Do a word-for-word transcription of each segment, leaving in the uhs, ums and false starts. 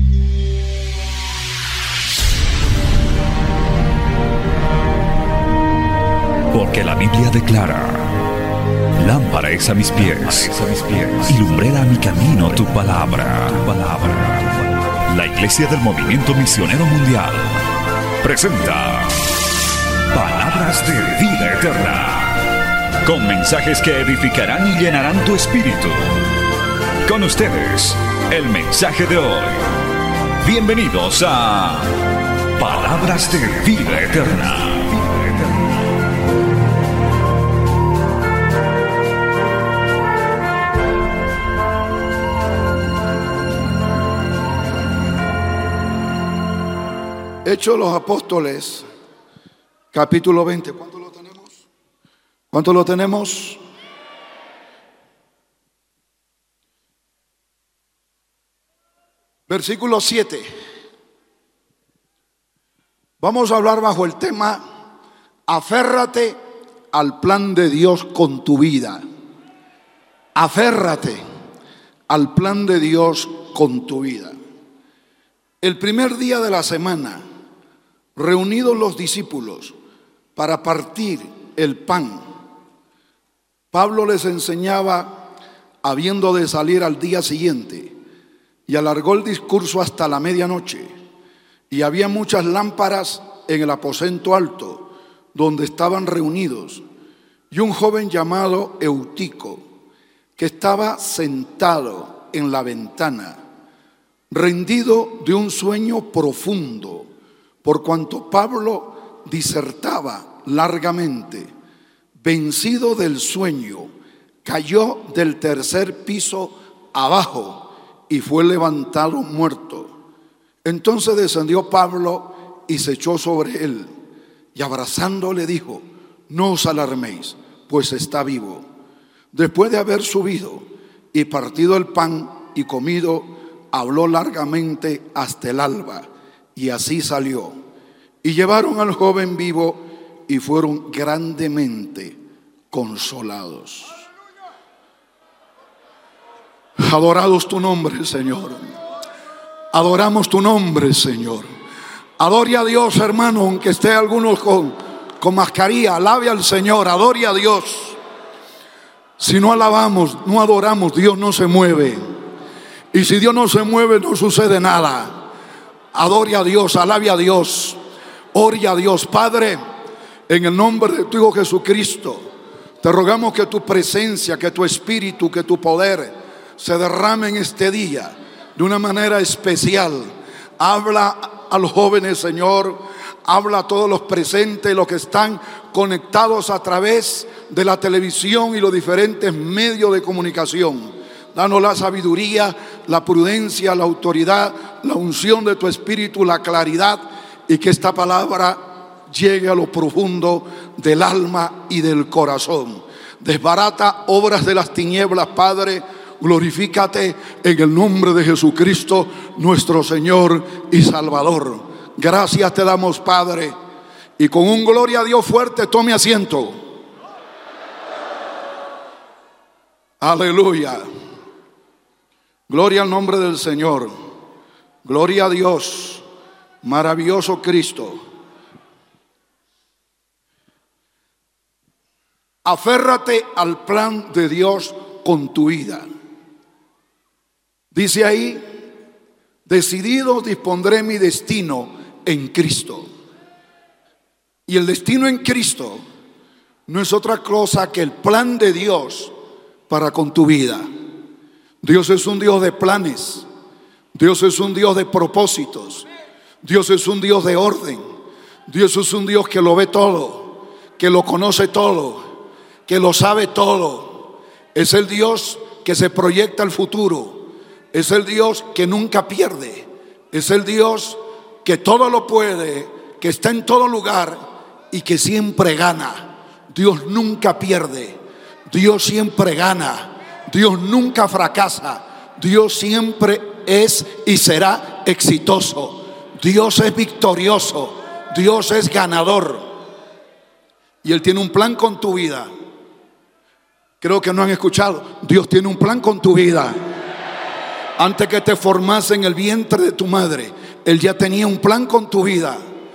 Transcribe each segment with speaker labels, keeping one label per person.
Speaker 1: Porque la Biblia declara: lámpara es a mis pies, y lumbrera a mi camino tu palabra. Tu palabra. La Iglesia del Movimiento Misionero Mundial presenta Palabras de Vida Eterna, con mensajes que edificarán y llenarán tu espíritu. Con ustedes, el mensaje de hoy. Bienvenidos a Palabras de Vida Eterna.
Speaker 2: Hechos de los Apóstoles, capítulo veinte. ¿Cuánto lo tenemos? ¿Cuánto lo tenemos? Versículo siete. Vamos a hablar bajo el tema: aférrate al plan de Dios con tu vida. Aférrate al plan de Dios con tu vida. El primer día de la semana, reunidos los discípulos para partir el pan, Pablo les enseñaba habiendo de salir al día siguiente, y alargó el discurso hasta la medianoche. Y había muchas lámparas en el aposento alto donde estaban reunidos, y un joven llamado Eutico, que estaba sentado en la ventana, rendido de un sueño profundo, por cuanto Pablo disertaba largamente, vencido del sueño, cayó del tercer piso abajo y fue levantado muerto. Entonces descendió Pablo y se echó sobre él, y abrazándole dijo: no os alarméis, pues está vivo. Después de haber subido y partido el pan y comido, habló largamente hasta el alba, y así salió. Y llevaron al joven vivo y fueron grandemente consolados. Adorados tu nombre, Señor. Adoramos tu nombre, Señor. Adore a Dios, hermano, aunque esté algunos con, con mascarilla. Alabe al Señor, adore a Dios. Si no alabamos, no adoramos, Dios no se mueve. Y si Dios no se mueve, no sucede nada. Adore a Dios, alabe a Dios, ore a Dios. Padre, en el nombre de tu Hijo Jesucristo, te rogamos que tu presencia, que tu espíritu, que tu poder se derrame en este día de una manera especial. Habla a los jóvenes, Señor. Habla a todos los presentes, los que están conectados a través de la televisión y los diferentes medios de comunicación. Danos la sabiduría, la prudencia, la autoridad, la unción de tu espíritu, la claridad, y que esta palabra llegue a lo profundo del alma y del corazón. Desbarata obras de las tinieblas, Padre. Glorifícate en el nombre de Jesucristo, nuestro Señor y Salvador. Gracias te damos, Padre. Y con un gloria a Dios fuerte, tome asiento. Aleluya. Gloria al nombre del Señor. Gloria a Dios. Maravilloso Cristo. Aférrate al plan de Dios con tu vida. Dice ahí: decidido dispondré mi destino en Cristo. Y el destino en Cristo no es otra cosa que el plan de Dios para con tu vida. Dios es un Dios de planes. Dios es un Dios de propósitos. Dios es un Dios de orden. Dios es un Dios que lo ve todo, que lo conoce todo, que lo sabe todo. Es el Dios que se proyecta al futuro. Es el Dios que nunca pierde. Es el Dios que todo lo puede, que está en todo lugar y que siempre gana. Dios nunca pierde. Dios siempre gana. Dios nunca fracasa. Dios siempre es y será exitoso. Dios es victorioso. Dios es ganador. Y Él tiene un plan con tu vida. Creo que no han escuchado. Dios tiene un plan con tu vida. Antes que te formase en el vientre de tu madre, Él ya tenía un plan con tu vida.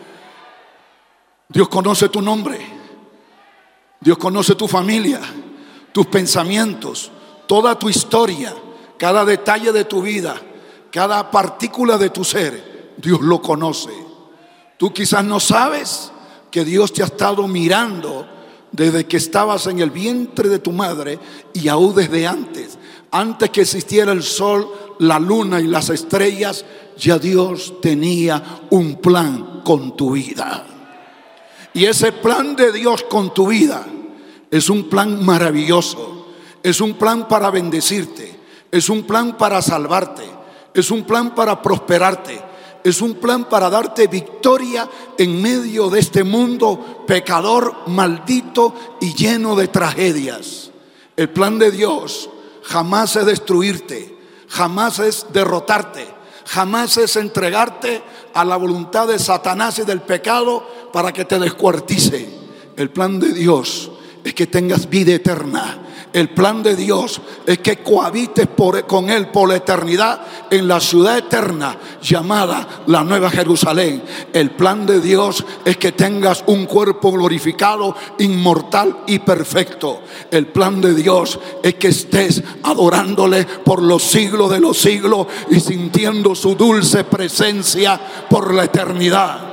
Speaker 2: Dios conoce tu nombre. Dios conoce tu familia, tus pensamientos, toda tu historia, cada detalle de tu vida, cada partícula de tu ser. Dios lo conoce. Tú quizás no sabes que Dios te ha estado mirando desde que estabas en el vientre de tu madre y aún desde antes. Antes que existiera el sol, la luna y las estrellas, ya Dios tenía un plan con tu vida. Y ese plan de Dios con tu vida es un plan maravilloso. Es un plan para bendecirte. Es un plan para salvarte. Es un plan para prosperarte. Es un plan para darte victoria en medio de este mundo pecador, maldito y lleno de tragedias. El plan de Dios jamás es destruirte, jamás es derrotarte, jamás es entregarte a la voluntad de Satanás y del pecado para que te descuartice. El plan de Dios es que tengas vida eterna. El plan de Dios es que cohabites por, con Él por la eternidad en la ciudad eterna llamada la Nueva Jerusalén. El plan de Dios es que tengas un cuerpo glorificado, inmortal y perfecto. El plan de Dios es que estés adorándole por los siglos de los siglos y sintiendo su dulce presencia por la eternidad.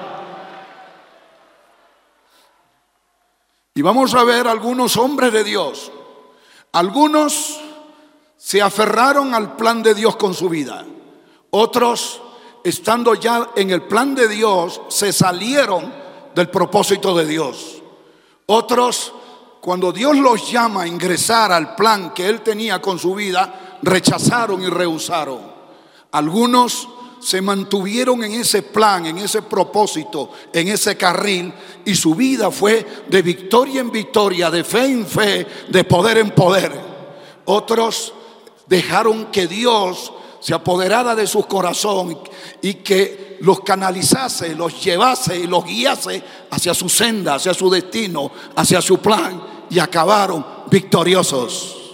Speaker 2: Y vamos a ver algunos hombres de Dios. Algunos se aferraron al plan de Dios con su vida. Otros, estando ya en el plan de Dios, se salieron del propósito de Dios. Otros, cuando Dios los llama a ingresar al plan que Él tenía con su vida, rechazaron y rehusaron. Algunos se mantuvieron en ese plan, en ese propósito, en ese carril, y su vida fue de victoria en victoria, de fe en fe, de poder en poder. Otros dejaron que Dios se apoderara de su corazón y que los canalizase, los llevase y los guiase hacia su senda, hacia su destino, hacia su plan, y acabaron victoriosos.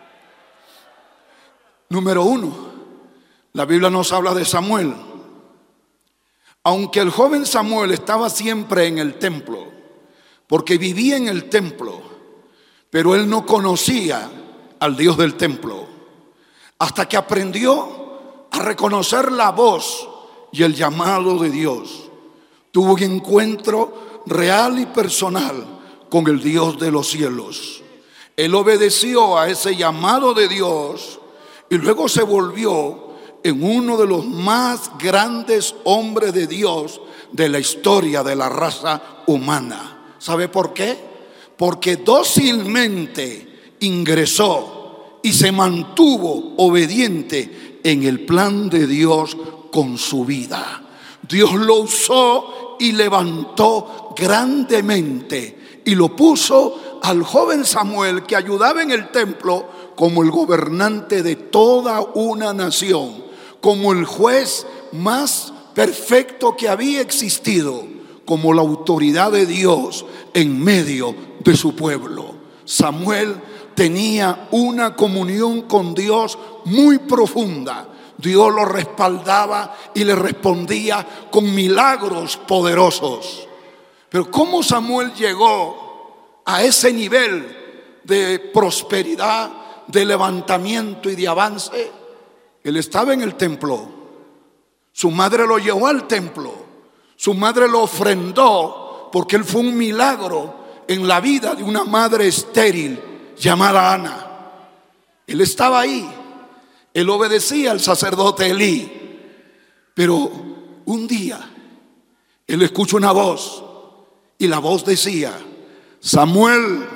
Speaker 2: Número uno, la Biblia nos habla de Samuel. Aunque el joven Samuel estaba siempre en el templo, porque vivía en el templo, pero él no conocía al Dios del templo, hasta que aprendió a reconocer la voz y el llamado de Dios. Tuvo un encuentro real y personal con el Dios de los cielos. Él obedeció a ese llamado de Dios y luego se volvió en uno de los más grandes hombres de Dios de la historia de la raza humana. ¿Sabe por qué? Porque dócilmente ingresó y se mantuvo obediente en el plan de Dios con su vida. Dios lo usó y levantó grandemente y lo puso al joven Samuel, que ayudaba en el templo, como el gobernante de toda una nación, como el juez más perfecto que había existido, como la autoridad de Dios en medio de su pueblo. Samuel tenía una comunión con Dios muy profunda. Dios lo respaldaba y le respondía con milagros poderosos. Pero ¿cómo Samuel llegó a ese nivel de prosperidad, de levantamiento y de avance? Él estaba en el templo. Su madre lo llevó al templo. Su madre lo ofrendó porque él fue un milagro en la vida de una madre estéril llamada Ana. Él estaba ahí. Él obedecía al sacerdote Elí. Pero un día él escucha una voz y la voz decía: Samuel,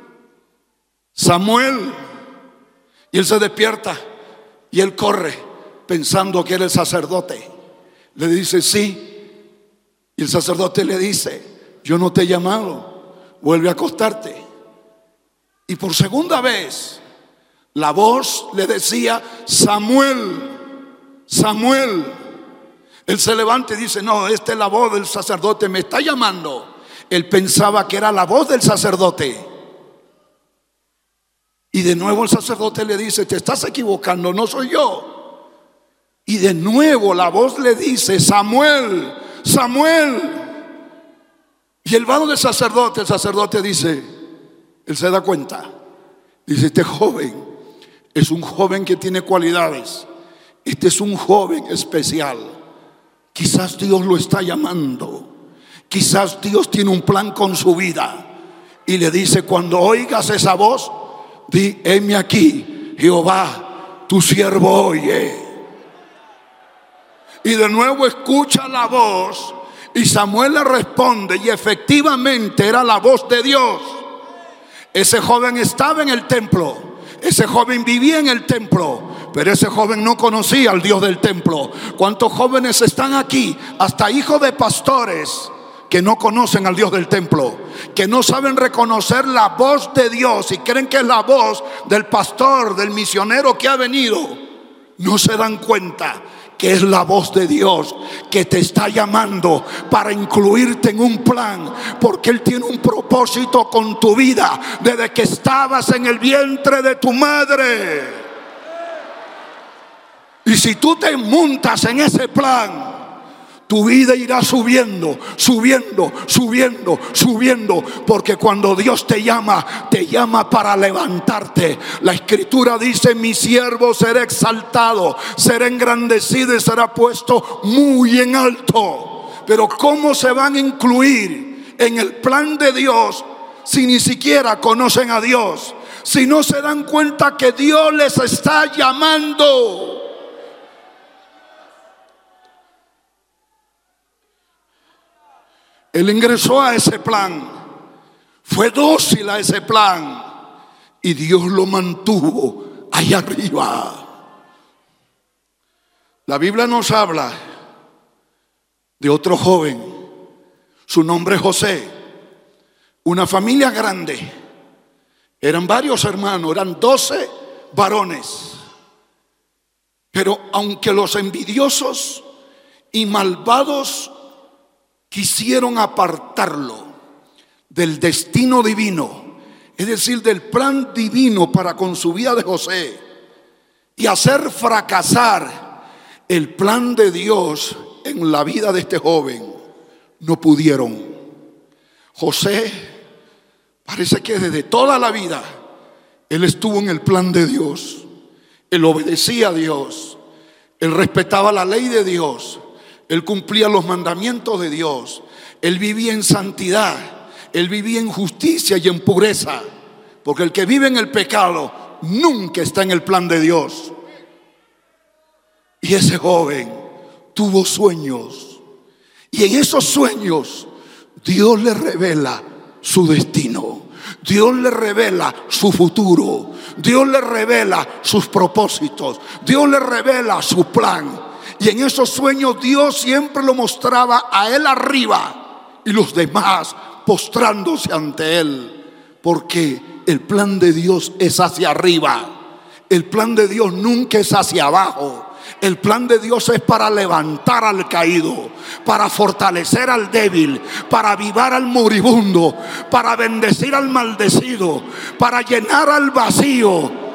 Speaker 2: Samuel. Y él se despierta y él corre pensando que era el sacerdote. Le dice: sí. Y el sacerdote le dice: yo no te he llamado, vuelve a acostarte. Y por segunda vez la voz le decía: Samuel, Samuel. Él se levanta y dice: no, esta es la voz del sacerdote, me está llamando. Él pensaba que era la voz del sacerdote. Y de nuevo el sacerdote le dice: te estás equivocando, no soy yo. Y de nuevo la voz le dice: Samuel, Samuel. Y él va donde el sacerdote. El sacerdote dice, él se da cuenta, dice: este joven es un joven que tiene cualidades. Este es un joven especial. Quizás Dios lo está llamando. Quizás Dios tiene un plan con su vida. Y le dice: cuando oigas esa voz, di: heme aquí, Jehová, tu siervo oye. Y de nuevo escucha la voz. Y Samuel le responde, y efectivamente era la voz de Dios. Ese joven estaba en el templo. Ese joven vivía en el templo. Pero ese joven no conocía al Dios del templo. ¿Cuántos jóvenes están aquí? Hasta hijos de pastores que no conocen al Dios del templo, que no saben reconocer la voz de Dios y creen que es la voz del pastor, del misionero que ha venido. No se dan cuenta que es la voz de Dios que te está llamando para incluirte en un plan, porque Él tiene un propósito con tu vida desde que estabas en el vientre de tu madre. Y si tú te montas en ese plan, tu vida irá subiendo, subiendo, subiendo, subiendo. Porque cuando Dios te llama, te llama para levantarte. La Escritura dice: mi siervo será exaltado, será engrandecido y será puesto muy en alto. Pero ¿cómo se van a incluir en el plan de Dios si ni siquiera conocen a Dios? Si no se dan cuenta que Dios les está llamando. Él ingresó a ese plan, fue dócil a ese plan, y Dios lo mantuvo allá arriba. La Biblia nos habla de otro joven, su nombre es José, una familia grande, eran varios hermanos, eran doce varones. Pero aunque los envidiosos y malvados quisieron apartarlo del destino divino, es decir, del plan divino para con su vida de José, y hacer fracasar el plan de Dios en la vida de este joven, no pudieron. José parece que desde toda la vida él estuvo en el plan de Dios. Él obedecía a Dios, él respetaba la ley de Dios, él cumplía los mandamientos de Dios, él vivía en santidad, él vivía en justicia y en pureza. Porque el que vive en el pecado nunca está en el plan de Dios. Y ese joven tuvo sueños, y en esos sueños Dios le revela su destino, Dios le revela su futuro, Dios le revela sus propósitos, Dios le revela su plan. Y en esos sueños Dios siempre lo mostraba a él arriba y los demás postrándose ante él. Porque el plan de Dios es hacia arriba, el plan de Dios nunca es hacia abajo. El plan de Dios es para levantar al caído, para fortalecer al débil, para avivar al moribundo, para bendecir al maldecido, para llenar al vacío.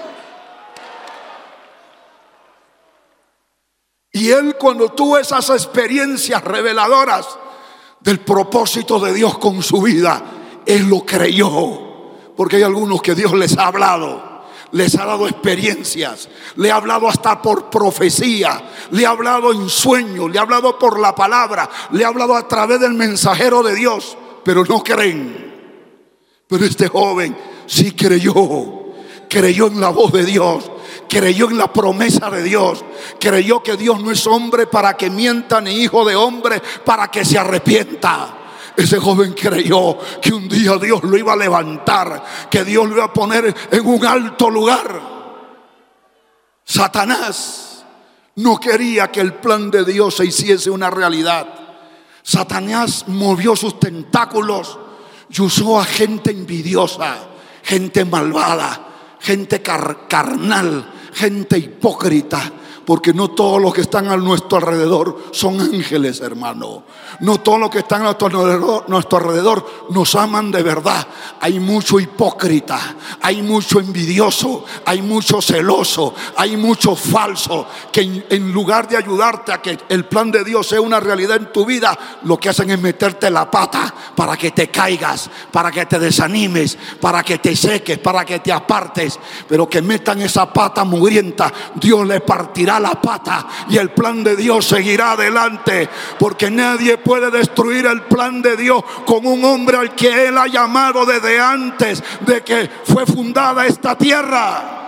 Speaker 2: Y él, cuando tuvo esas experiencias reveladoras del propósito de Dios con su vida, él lo creyó. Porque hay algunos que Dios les ha hablado, les ha dado experiencias, le ha hablado hasta por profecía, le ha hablado en sueños, le ha hablado por la palabra, le ha hablado a través del mensajero de Dios, pero no creen. Pero este joven sí creyó, creyó en la voz de Dios, creyó en la promesa de Dios, creyó que Dios no es hombre para que mienta, ni hijo de hombre para que se arrepienta. Ese joven creyó que un día Dios lo iba a levantar, que Dios lo iba a poner en un alto lugar. Satanás no quería que el plan de Dios se hiciese una realidad. Satanás movió sus tentáculos y usó a gente envidiosa, gente malvada, gente car- carnal, gente hipócrita. Porque no todos los que están a nuestro alrededor son ángeles, hermano. No todos los que están a nuestro alrededor, nuestro alrededor nos aman de verdad. Hay mucho hipócrita, hay mucho envidioso, hay mucho celoso, hay mucho falso, que en, en lugar de ayudarte a que el plan de Dios sea una realidad en tu vida, lo que hacen es meterte la pata para que te caigas, para que te desanimes, para que te seques, para que te apartes. Pero que metan esa pata mugrienta, Dios le partirá la pata y el plan de Dios seguirá adelante, porque nadie puede destruir el plan de Dios con un hombre al que Él ha llamado desde antes de que fue fundada esta tierra.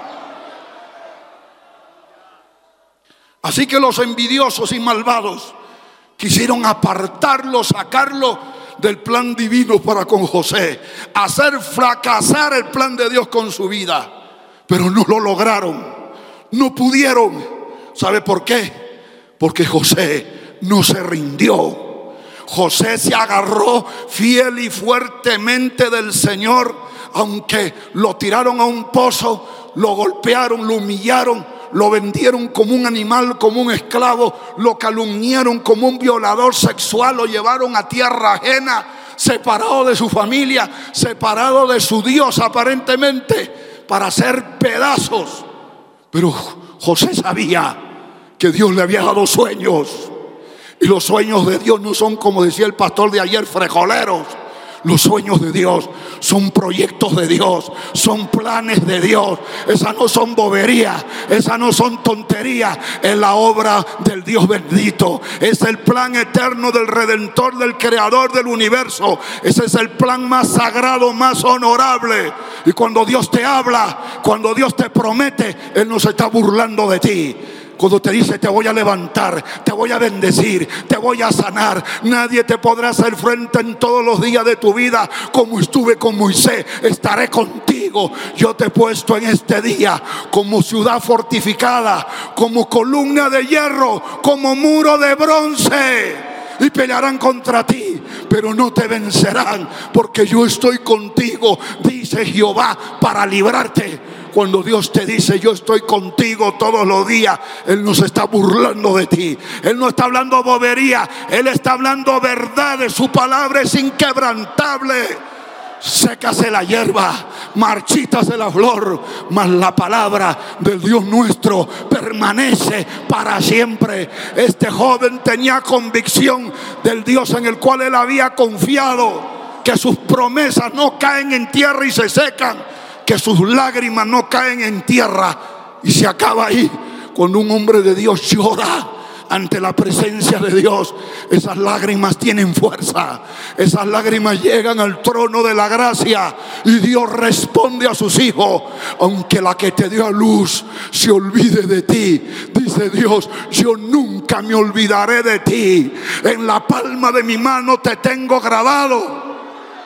Speaker 2: Así que los envidiosos y malvados quisieron apartarlo, sacarlo del plan divino para con José, hacer fracasar el plan de Dios con su vida, pero no lo lograron, no pudieron. ¿Sabe por qué? Porque José no se rindió. José se agarró fiel y fuertemente del Señor, aunque lo tiraron a un pozo, lo golpearon, lo humillaron, lo vendieron como un animal, como un esclavo, lo calumniaron como un violador sexual, lo llevaron a tierra ajena, separado de su familia, separado de su Dios aparentemente, para hacer pedazos. Pero José sabía que Dios le había dado sueños, y los sueños de Dios no son, como decía el pastor de ayer, frijoleros. Los sueños de Dios son proyectos de Dios, son planes de Dios. Esas no son boberías, esas no son tonterías. Es la obra del Dios bendito. Es el plan eterno del Redentor, del Creador del universo. Ese es el plan más sagrado, más honorable. Y cuando Dios te habla, cuando Dios te promete, Él no se está burlando de ti. Cuando te dice: te voy a levantar, te voy a bendecir, te voy a sanar, nadie te podrá hacer frente en todos los días de tu vida. Como estuve con Moisés, estaré contigo. Yo te he puesto en este día como ciudad fortificada, como columna de hierro, como muro de bronce. Y pelearán contra ti, pero no te vencerán, porque yo estoy contigo, dice Jehová, para librarte. Cuando Dios te dice: yo estoy contigo todos los días, Él no se está burlando de ti. Él no está hablando bobería, Él está hablando verdades. Su palabra es inquebrantable. Sécase la hierba, marchítase la flor, mas la palabra del Dios nuestro permanece para siempre. Este joven tenía convicción del Dios en el cual él había confiado, que sus promesas no caen en tierra y se secan, que sus lágrimas no caen en tierra y se acaba ahí. Cuando un hombre de Dios llora ante la presencia de Dios, esas lágrimas tienen fuerza. Esas lágrimas llegan al trono de la gracia y Dios responde a sus hijos. Aunque la que te dio a luz se olvide de ti, dice Dios, yo nunca me olvidaré de ti. En la palma de mi mano te tengo grabado.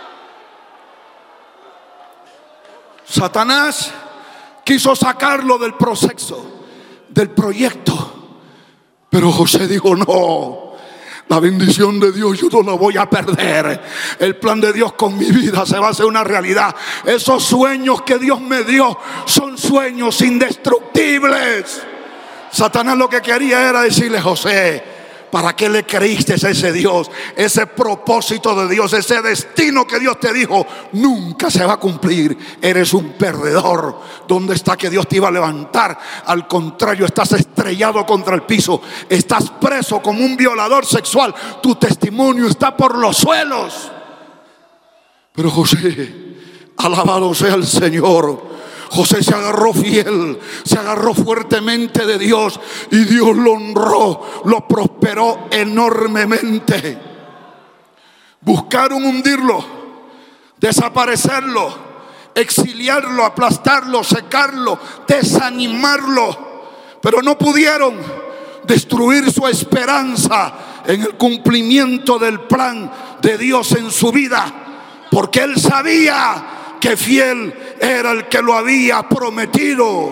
Speaker 2: Satanás quiso sacarlo del proceso, del proyecto, pero José dijo: no, la bendición de Dios yo no la voy a perder. El plan de Dios con mi vida se va a hacer una realidad. Esos sueños que Dios me dio son sueños indestructibles. Satanás lo que quería era decirle: José, ¿para qué le creíste a ese Dios? Ese propósito de Dios, ese destino que Dios te dijo, nunca se va a cumplir. Eres un perdedor. ¿Dónde está que Dios te iba a levantar? Al contrario, estás estrellado contra el piso. Estás preso como un violador sexual. Tu testimonio está por los suelos. Pero José, alabado sea el Señor, José se agarró fiel, se agarró fuertemente de Dios y Dios lo honró, lo prosperó enormemente. Buscaron hundirlo, desaparecerlo, exiliarlo, aplastarlo, secarlo, desanimarlo, pero no pudieron destruir su esperanza en el cumplimiento del plan de Dios en su vida, porque él sabía que fiel era el que lo había prometido.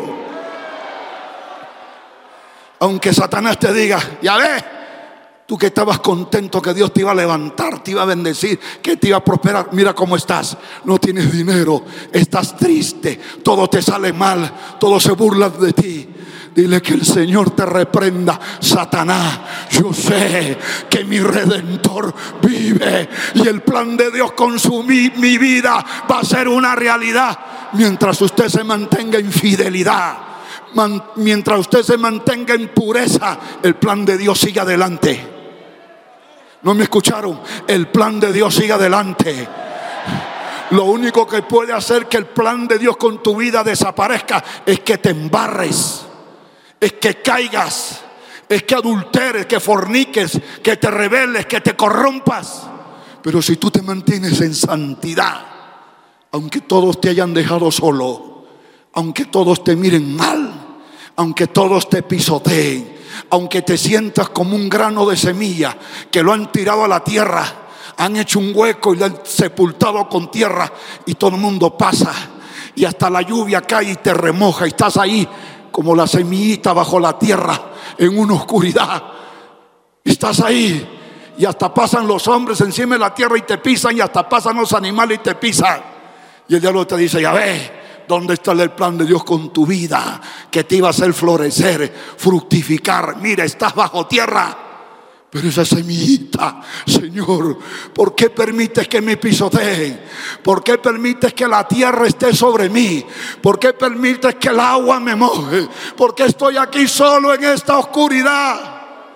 Speaker 2: Aunque Satanás te diga: ya ves, tú que estabas contento que Dios te iba a levantar, te iba a bendecir, que te iba a prosperar, mira cómo estás, no tienes dinero, estás triste, todo te sale mal, todos se burlan de ti. Dile que el Señor te reprenda: Satanás, yo sé que mi Redentor vive y el plan de Dios con su, mi, mi vida va a ser una realidad. Mientras usted se mantenga en fidelidad, man, mientras usted se mantenga en pureza, el plan de Dios sigue adelante. ¿No me escucharon? El plan de Dios sigue adelante. Lo único que puede hacer que el plan de Dios con tu vida desaparezca es que te embarres, es que caigas, es que adulteres, que forniques, que te rebeles, que te corrompas. Pero si tú te mantienes en santidad, aunque todos te hayan dejado solo, aunque todos te miren mal, aunque todos te pisoteen, aunque te sientas como un grano de semilla que lo han tirado a la tierra, han hecho un hueco y lo han sepultado con tierra, y todo el mundo pasa y hasta la lluvia cae y te remoja y estás ahí como la semillita bajo la tierra en una oscuridad. Estás ahí y hasta pasan los hombres encima de la tierra y te pisan, y hasta pasan los animales y te pisan, y el diablo te dice: ya ves, ¿dónde está el plan de Dios con tu vida? Que te iba a hacer florecer, fructificar. Mira, estás bajo tierra. Pero esa semillita, Señor, ¿por qué permites que me pisoteen? ¿Por qué permites que la tierra esté sobre mí? ¿Por qué permites que el agua me moje? ¿Por qué estoy aquí solo en esta oscuridad?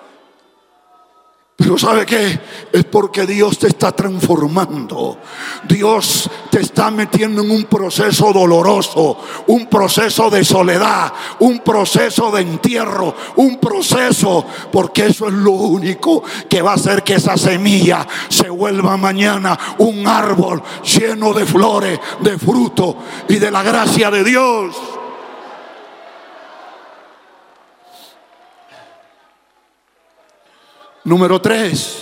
Speaker 2: Pero ¿sabe qué? Es porque Dios te está transformando. Dios te está metiendo en un proceso doloroso, un proceso de soledad, un proceso de entierro, un proceso, porque eso es lo único que va a hacer que esa semilla se vuelva mañana un árbol lleno de flores, de fruto y de la gracia de Dios. Número tres,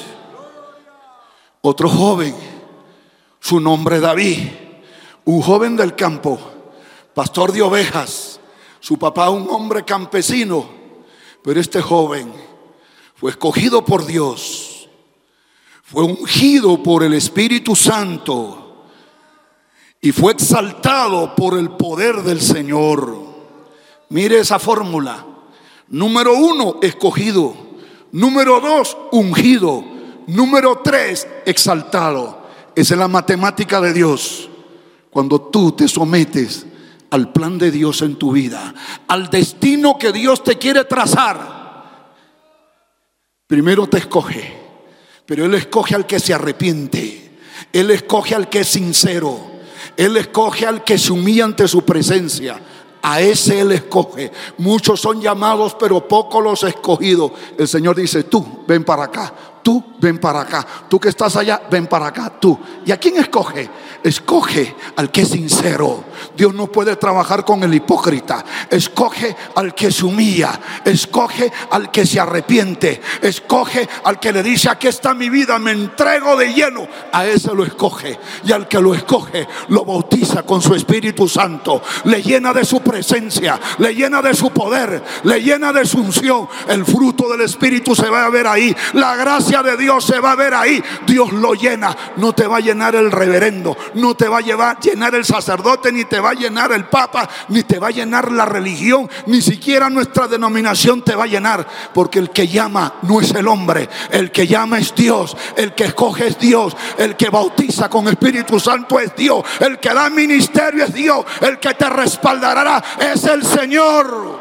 Speaker 2: otro joven, su nombre David, un joven del campo, pastor de ovejas, su papá un hombre campesino, pero este joven fue escogido por Dios, fue ungido por el Espíritu Santo y fue exaltado por el poder del Señor. Mire esa fórmula: número uno, escogido; número dos, ungido; número tres, exaltado. Esa es la matemática de Dios. Cuando tú te sometes al plan de Dios en tu vida, al destino que Dios te quiere trazar, primero te escoge, pero Él escoge al que se arrepiente, Él escoge al que es sincero, Él escoge al que se humilla ante su presencia. A ese Él escoge. Muchos son llamados, pero pocos los escogidos. El Señor dice: tú, ven para acá. Tú, ven para acá. Tú que estás allá, ven para acá. Tú. ¿Y a quién escoge? Escoge al que es sincero. Dios no puede trabajar con el hipócrita. Escoge al que se humilla. Escoge al que se arrepiente. Escoge al que le dice: aquí está mi vida, me entrego de lleno. A ese lo escoge. Y al que lo escoge, lo bautiza con su Espíritu Santo. Le llena de su presencia, le llena de su poder, le llena de su unción. El fruto del Espíritu se va a ver ahí. La gracia de Dios se va a ver ahí. Dios lo llena. No te va a llenar el reverendo, no te va a llevar, llenar el sacerdote, ni te va a llenar el papa, ni te va a llenar la religión, ni siquiera nuestra denominación te va a llenar. Porque el que llama no es el hombre, el que llama es Dios, el que escoge es Dios, el que bautiza con Espíritu Santo es Dios, el que da ministerio es Dios, el que te respaldará es el Señor.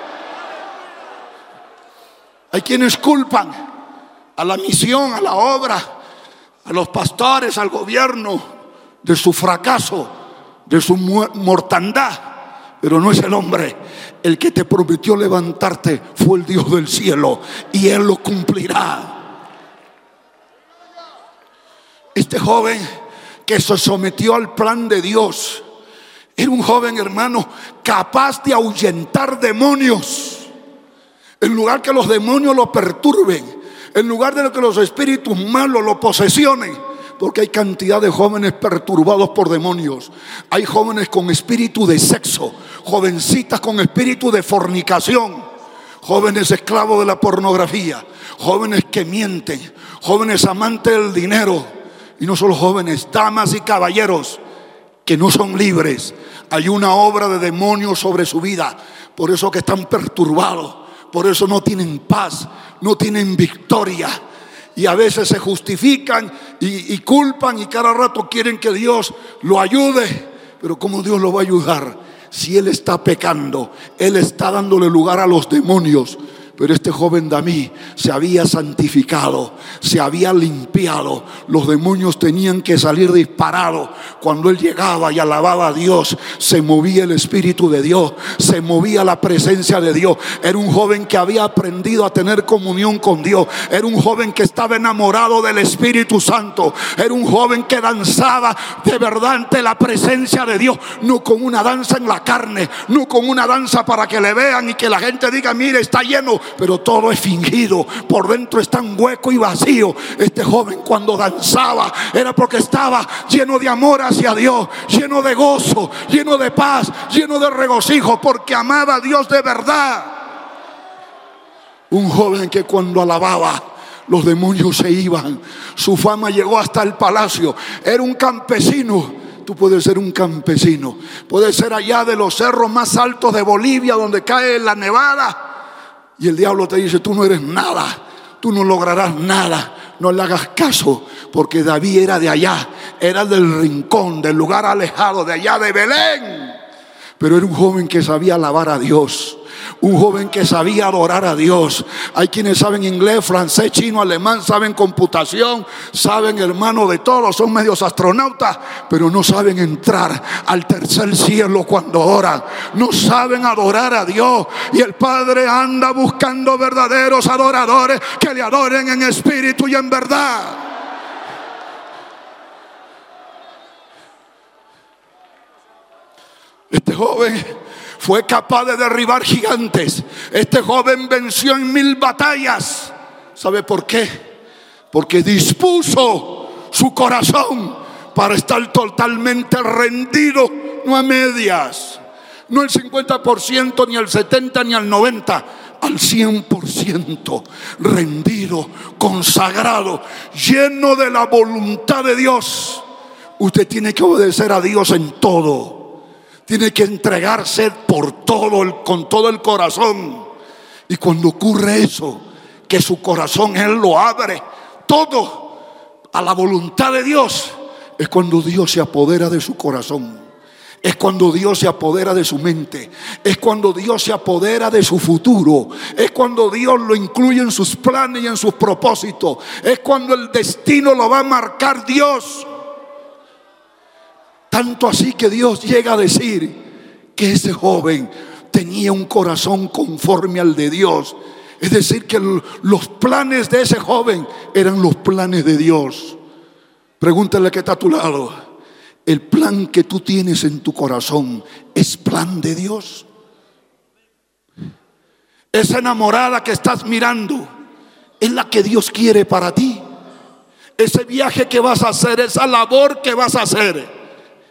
Speaker 2: Hay quienes culpan a la misión, a la obra, a los pastores, al gobierno, de su fracaso, de su mortandad. Pero no es el hombre. El que te prometió levantarte fue el Dios del cielo, y Él lo cumplirá. Este joven que se sometió al plan de Dios era un joven, hermano, capaz de ahuyentar demonios. En lugar que los demonios lo perturben, en lugar de que los espíritus malos lo posesionen. Porque hay cantidad de jóvenes perturbados por demonios. Hay jóvenes con espíritu de sexo, jovencitas con espíritu de fornicación, jóvenes esclavos de la pornografía, jóvenes que mienten, jóvenes amantes del dinero. Y no solo jóvenes, damas y caballeros que no son libres. Hay una obra de demonios sobre su vida. por eso que están perturbados, por eso no tienen paz, no tienen victoria. Y a veces se justifican y, y culpan y cada rato quieren que Dios lo ayude. Pero ¿cómo Dios lo va a ayudar si él está pecando? Él está dándole lugar a los demonios. Pero este joven David se había santificado, se había limpiado. Los demonios tenían que salir disparados. Cuando él llegaba y alababa a Dios, se movía el Espíritu de Dios, se movía la presencia de Dios. Era un joven que había aprendido a tener comunión con Dios. Era un joven que estaba enamorado del Espíritu Santo. Era un joven que danzaba de verdad ante la presencia de Dios. No con una danza en la carne, no con una danza para que le vean y que la gente diga: mire, está lleno. Pero todo es fingido, por dentro es tan hueco y vacío. Este joven cuando danzaba era porque estaba lleno de amor hacia Dios, lleno de gozo, lleno de paz, lleno de regocijo, porque amaba a Dios de verdad. Un joven que cuando alababa, los demonios se iban. Su fama llegó hasta el palacio. Era un campesino. Tú puedes ser un campesino, puedes ser allá de los cerros más altos de Bolivia, donde cae la nevada, y el diablo te dice: tú no eres nada, tú no lograrás nada. No le hagas caso, porque David era de allá, era del rincón, del lugar alejado, de allá de Belén. Pero era un joven que sabía alabar a Dios, un joven que sabía adorar a Dios. Hay quienes saben inglés, francés, chino, alemán, saben computación, saben, hermano, de todo, son medios astronautas, pero no saben entrar al tercer cielo cuando oran. No saben adorar a Dios. Y el Padre anda buscando verdaderos adoradores que le adoren en espíritu y en verdad. Este joven fue capaz de derribar gigantes. Este joven venció en mil batallas. ¿Sabe por qué? Porque dispuso su corazón para estar totalmente rendido, no a medias, no el cincuenta por ciento, ni el setenta por ciento, ni el noventa por ciento, al cien por ciento, rendido, consagrado, lleno de la voluntad de Dios. Usted tiene que obedecer a Dios en todo. Tiene que entregarse por todo, el, con todo el corazón. Y cuando ocurre eso, que su corazón Él lo abre todo a la voluntad de Dios, es cuando Dios se apodera de su corazón. Es cuando Dios se apodera de su mente. Es cuando Dios se apodera de su futuro. Es cuando Dios lo incluye en sus planes y en sus propósitos. Es cuando el destino lo va a marcar Dios. Tanto así que Dios llega a decir que ese joven tenía un corazón conforme al de Dios. Es decir, que los planes de ese joven eran los planes de Dios. Pregúntale que está a tu lado: ¿el plan que tú tienes en tu corazón es plan de Dios? Esa enamorada que estás mirando es la que Dios quiere para ti. Ese viaje que vas a hacer, esa labor que vas a hacer.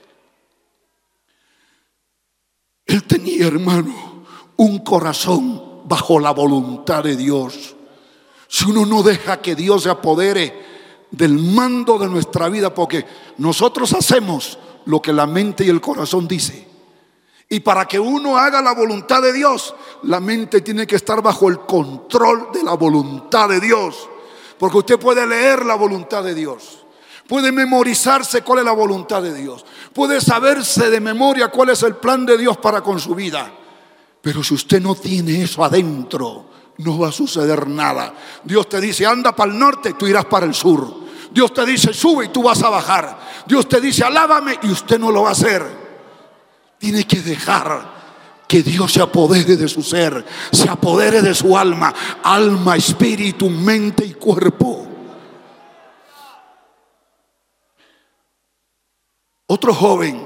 Speaker 2: Él tenía, hermano, un corazón bajo la voluntad de Dios. Si uno no deja que Dios se apodere del mando de nuestra vida, porque nosotros hacemos lo que la mente y el corazón dice. Y para que uno haga la voluntad de Dios, la mente tiene que estar bajo el control de la voluntad de Dios. Porque usted puede leer la voluntad de Dios, puede memorizarse cuál es la voluntad de Dios, puede saberse de memoria cuál es el plan de Dios para con su vida. Pero si usted no tiene eso adentro, no va a suceder nada. Dios te dice: anda para el norte, tú irás para el sur. Dios te dice: sube, y tú vas a bajar. Dios te dice: alábame, y usted no lo va a hacer. Tiene que dejar que Dios se apodere de su ser, se apodere de su alma, alma, espíritu, mente y cuerpo. Otro joven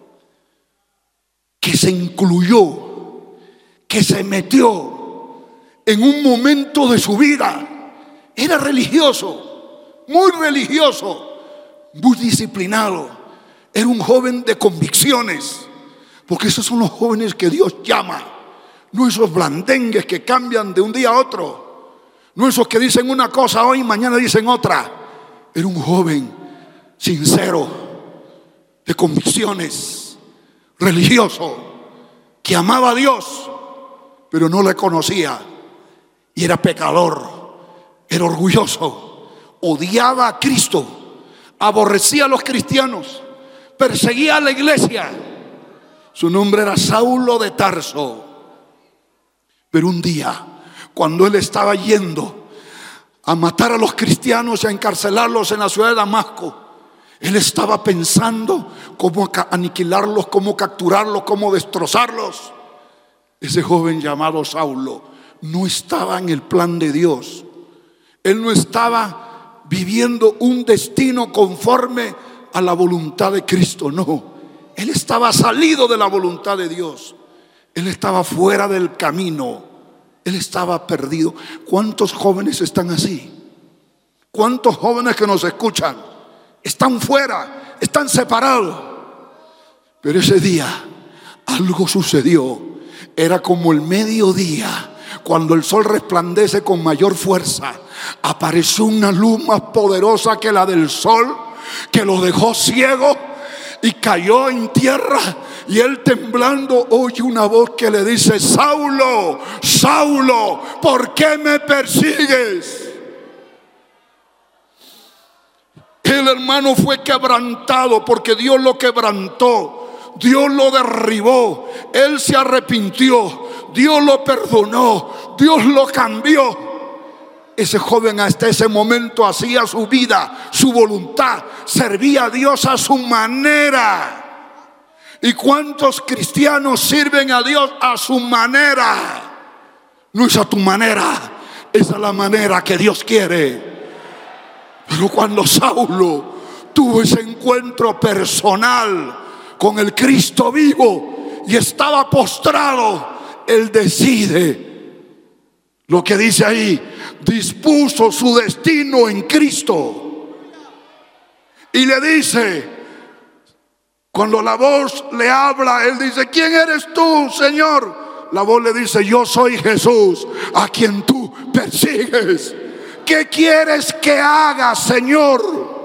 Speaker 2: que se incluyó, que se metió en un momento de su vida, era religioso, muy religioso, muy disciplinado. Era un joven de convicciones, porque esos son los jóvenes que Dios llama. No esos blandengues que cambian de un día a otro, no esos que dicen una cosa hoy y mañana dicen otra. Era un joven sincero, de convicciones, religioso, que amaba a Dios pero no le conocía. Y era pecador, era orgulloso, odiaba a Cristo, aborrecía a los cristianos, perseguía a la iglesia. Su nombre era Saulo de Tarso. Pero un día, cuando él estaba yendo a matar a los cristianos y a encarcelarlos en la ciudad de Damasco, él estaba pensando cómo aniquilarlos, cómo capturarlos, cómo destrozarlos. Ese joven llamado Saulo no estaba en el plan de Dios. Él no estaba viviendo un destino conforme a la voluntad de Cristo, no. Él estaba salido de la voluntad de Dios. Él estaba fuera del camino. Él estaba perdido. ¿Cuántos jóvenes están así? ¿Cuántos jóvenes que nos escuchan están fuera, están separados? Pero ese día algo sucedió. Era como el mediodía, cuando el sol resplandece con mayor fuerza. Apareció una luz más poderosa que la del sol, que lo dejó ciego y cayó en tierra. Y él, temblando, oye una voz que le dice: Saulo, Saulo, ¿por qué me persigues? El hermano fue quebrantado porque Dios lo quebrantó, Dios lo derribó, él se arrepintió, Dios lo perdonó, Dios lo cambió. Ese joven hasta ese momento hacía su vida, su voluntad, servía a Dios a su manera. ¿Y cuántos cristianos sirven a Dios a su manera? No es a tu manera, es a la manera que Dios quiere. Pero cuando Saulo tuvo ese encuentro personal con el Cristo vivo y estaba postrado, él decide lo que dice ahí: dispuso su destino en Cristo. Y le dice, cuando la voz le habla, él dice: ¿quién eres tú, Señor? La voz le dice: yo soy Jesús, a quien tú persigues. ¿Qué quieres que haga, Señor?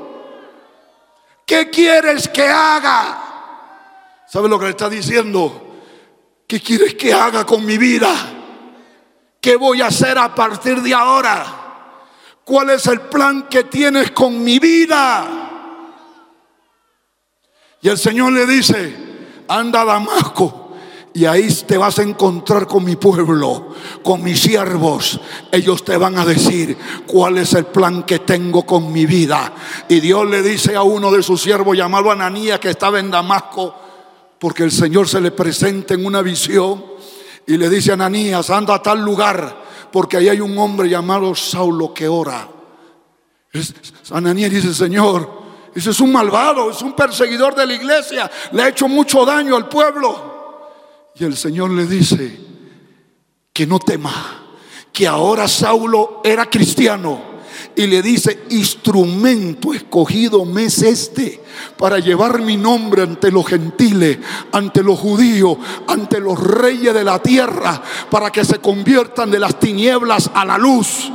Speaker 2: ¿Qué quieres que haga? ¿Sabe lo que le está diciendo? ¿Qué quieres que haga con mi vida? ¿Qué voy a hacer a partir de ahora? ¿Cuál es el plan que tienes con mi vida? Y el Señor le dice: anda a Damasco, y ahí te vas a encontrar con mi pueblo, con mis siervos. Ellos te van a decir cuál es el plan que tengo con mi vida. Y Dios le dice a uno de sus siervos, llamado Ananías, que estaba en Damasco, porque el Señor se le presenta en una visión y le dice a Ananías: anda a tal lugar, porque ahí hay un hombre llamado Saulo que ora. Es, Ananías dice: Señor, ese es un malvado, es un perseguidor de la iglesia, le ha hecho mucho daño al pueblo. Y el Señor le dice que no tema, que ahora Saulo era cristiano, y le dice: instrumento escogido me es este para llevar mi nombre ante los gentiles, ante los judíos, ante los reyes de la tierra, para que se conviertan de las tinieblas a la luz.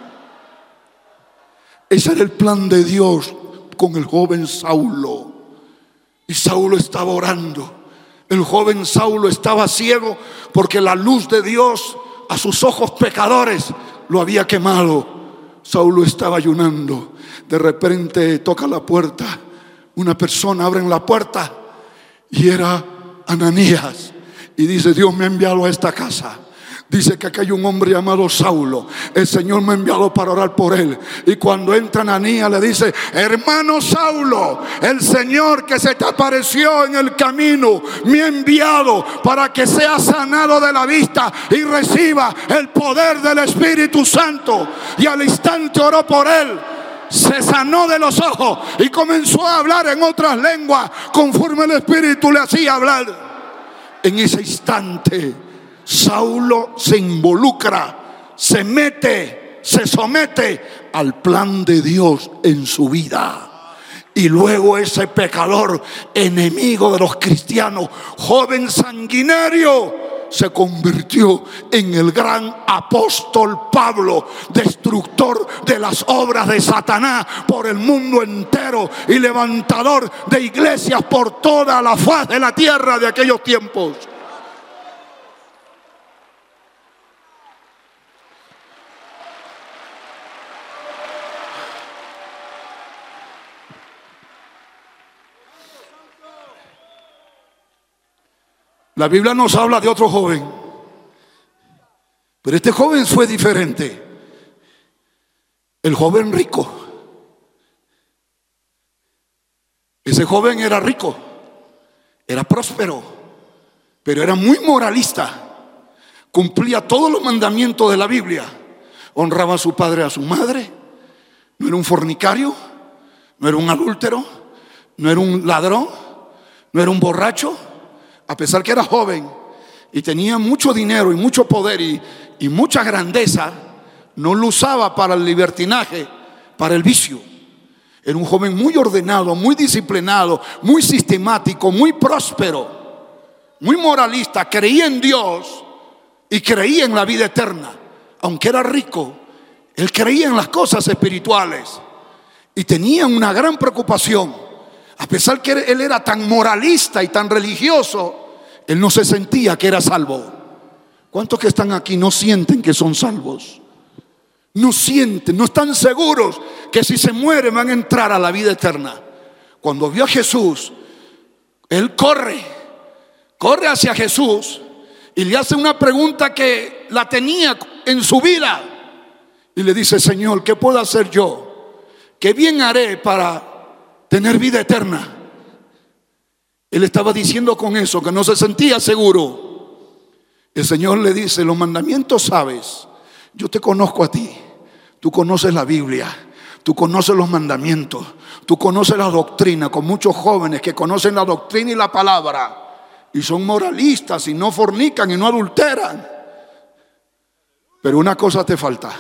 Speaker 2: Ese era el plan de Dios con el joven Saulo. Y Saulo estaba orando. El joven Saulo estaba ciego porque la luz de Dios a sus ojos pecadores lo había quemado. Saulo estaba ayunando. De repente toca la puerta. Una persona abre la puerta y era Ananías. Y dice: Dios me ha enviado a esta casa. Dice que aquí hay un hombre llamado Saulo. El Señor me ha enviado para orar por él. Y cuando entra Ananías le dice: hermano Saulo, el Señor que se te apareció en el camino me ha enviado para que seas sanado de la vista y reciba el poder del Espíritu Santo. Y al instante oró por él. Se sanó de los ojos y comenzó a hablar en otras lenguas conforme el Espíritu le hacía hablar. En ese instante Saulo se involucra, se mete, se somete al plan de Dios en su vida. Y luego ese pecador, enemigo de los cristianos, joven sanguinario, se convirtió en el gran apóstol Pablo, destructor de las obras de Satanás por el mundo entero y levantador de iglesias por toda la faz de la tierra de aquellos tiempos. La Biblia nos habla de otro joven, pero este joven fue diferente. El joven rico. Ese joven era rico, era próspero, pero era muy moralista. Cumplía todos los mandamientos de la Biblia. Honraba a su padre y a su madre. No era un fornicario, no era un adúltero, no era un ladrón, no era un borracho. A pesar que era joven y tenía mucho dinero y mucho poder y, y mucha grandeza, no lo usaba para el libertinaje, para el vicio. Era un joven muy ordenado, muy disciplinado, muy sistemático, muy próspero, muy moralista. Creía en Dios y creía en la vida eterna. Aunque era rico, él creía en las cosas espirituales y tenía una gran preocupación. A pesar que él era tan moralista y tan religioso, él no se sentía que era salvo. ¿Cuántos que están aquí no sienten que son salvos? No sienten, no están seguros que si se mueren van a entrar a la vida eterna. Cuando vio a Jesús, él corre, corre hacia Jesús y le hace una pregunta que la tenía en su vida. Y le dice: Señor, ¿qué puedo hacer yo? ¿Qué bien haré para tener vida eterna? Él estaba diciendo con eso que no se sentía seguro. El Señor le dice: los mandamientos sabes. Yo te conozco a ti. Tú conoces la Biblia. Tú conoces los mandamientos. Tú conoces la doctrina. Con muchos jóvenes que conocen la doctrina y la palabra y son moralistas y no fornican y no adulteran. Pero una cosa te falta.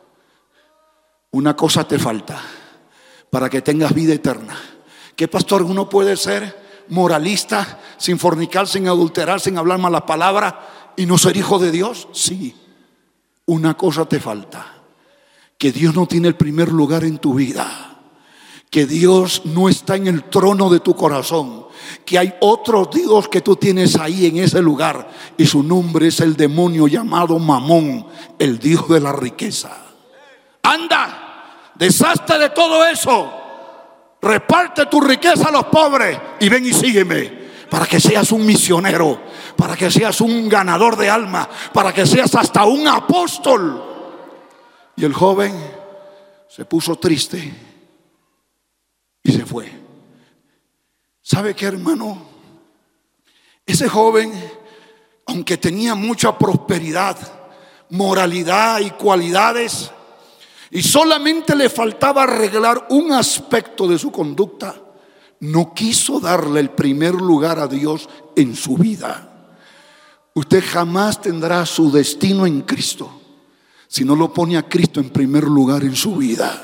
Speaker 2: Una cosa te falta para que tengas vida eterna. ¿Qué pastor? Uno puede ser moralista, sin fornicar, sin adulterar, sin hablar malas palabras y no ser hijo de Dios. Sí, una cosa te falta: que Dios no tiene el primer lugar en tu vida, que Dios no está en el trono de tu corazón, que hay otro Dios que tú tienes ahí en ese lugar y su nombre es el demonio llamado Mamón, el Dios de la riqueza. Anda, deshazte de todo eso. Reparte tu riqueza a los pobres y ven y sígueme, para que seas un misionero, para que seas un ganador de almas, para que seas hasta un apóstol. Y el joven se puso triste y se fue. ¿Sabe qué, hermano? Ese joven, aunque tenía mucha prosperidad, moralidad y cualidades, y solamente le faltaba arreglar un aspecto de su conducta, no quiso darle el primer lugar a Dios en su vida. Usted jamás tendrá su destino en Cristo si no lo pone a Cristo en primer lugar en su vida.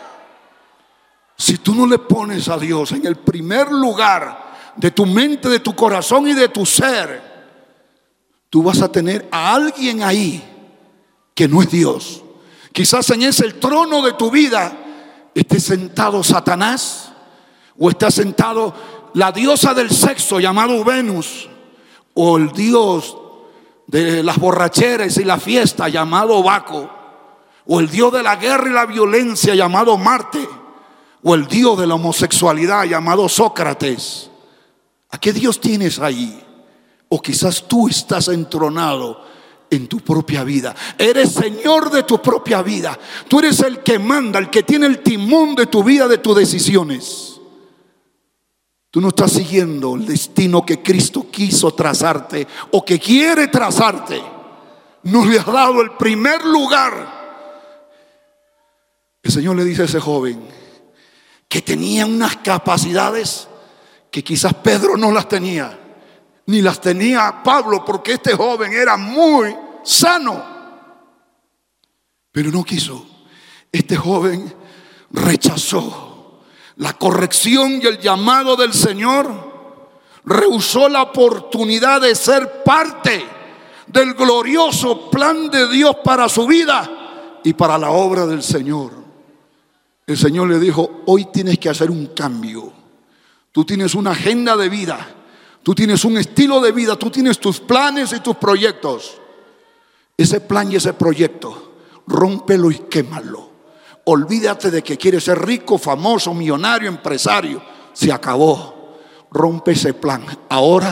Speaker 2: Si tú no le pones a Dios en el primer lugar de tu mente, de tu corazón y de tu ser, tú vas a tener a alguien ahí que no es Dios. Quizás en ese el trono de tu vida esté sentado Satanás, o está sentado la diosa del sexo llamado Venus, o el dios de las borracheras y la fiesta llamado Baco, o el dios de la guerra y la violencia llamado Marte, o el dios de la homosexualidad llamado Sócrates. ¿A qué Dios tienes ahí? O quizás tú estás entronado en tu propia vida. Eres señor de tu propia vida. Tú eres el que manda, el que tiene el timón de tu vida, de tus decisiones. Tú no estás siguiendo el destino que Cristo quiso trazarte o que quiere trazarte. No le has dado el primer lugar. El Señor le dice a ese joven que tenía unas capacidades que quizás Pedro no las tenía, ni las tenía Pablo, porque este joven era muy sano, pero no quiso. Este joven rechazó la corrección y el llamado del Señor, rehusó la oportunidad de ser parte del glorioso plan de Dios para su vida y para la obra del Señor. El Señor le dijo: hoy tienes que hacer un cambio. Tú tienes una agenda de vida, tú tienes un estilo de vida, tú tienes tus planes y tus proyectos. Ese plan y ese proyecto, rómpelo y quémalo. Olvídate de que quieres ser rico, famoso, millonario, empresario. Se acabó. Rompe ese plan. Ahora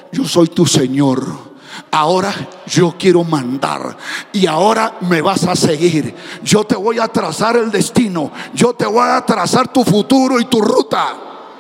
Speaker 2: yo soy tu Señor. Ahora yo quiero mandar y ahora me vas a seguir. Yo te voy a trazar el destino. Yo te voy a trazar tu futuro y tu ruta.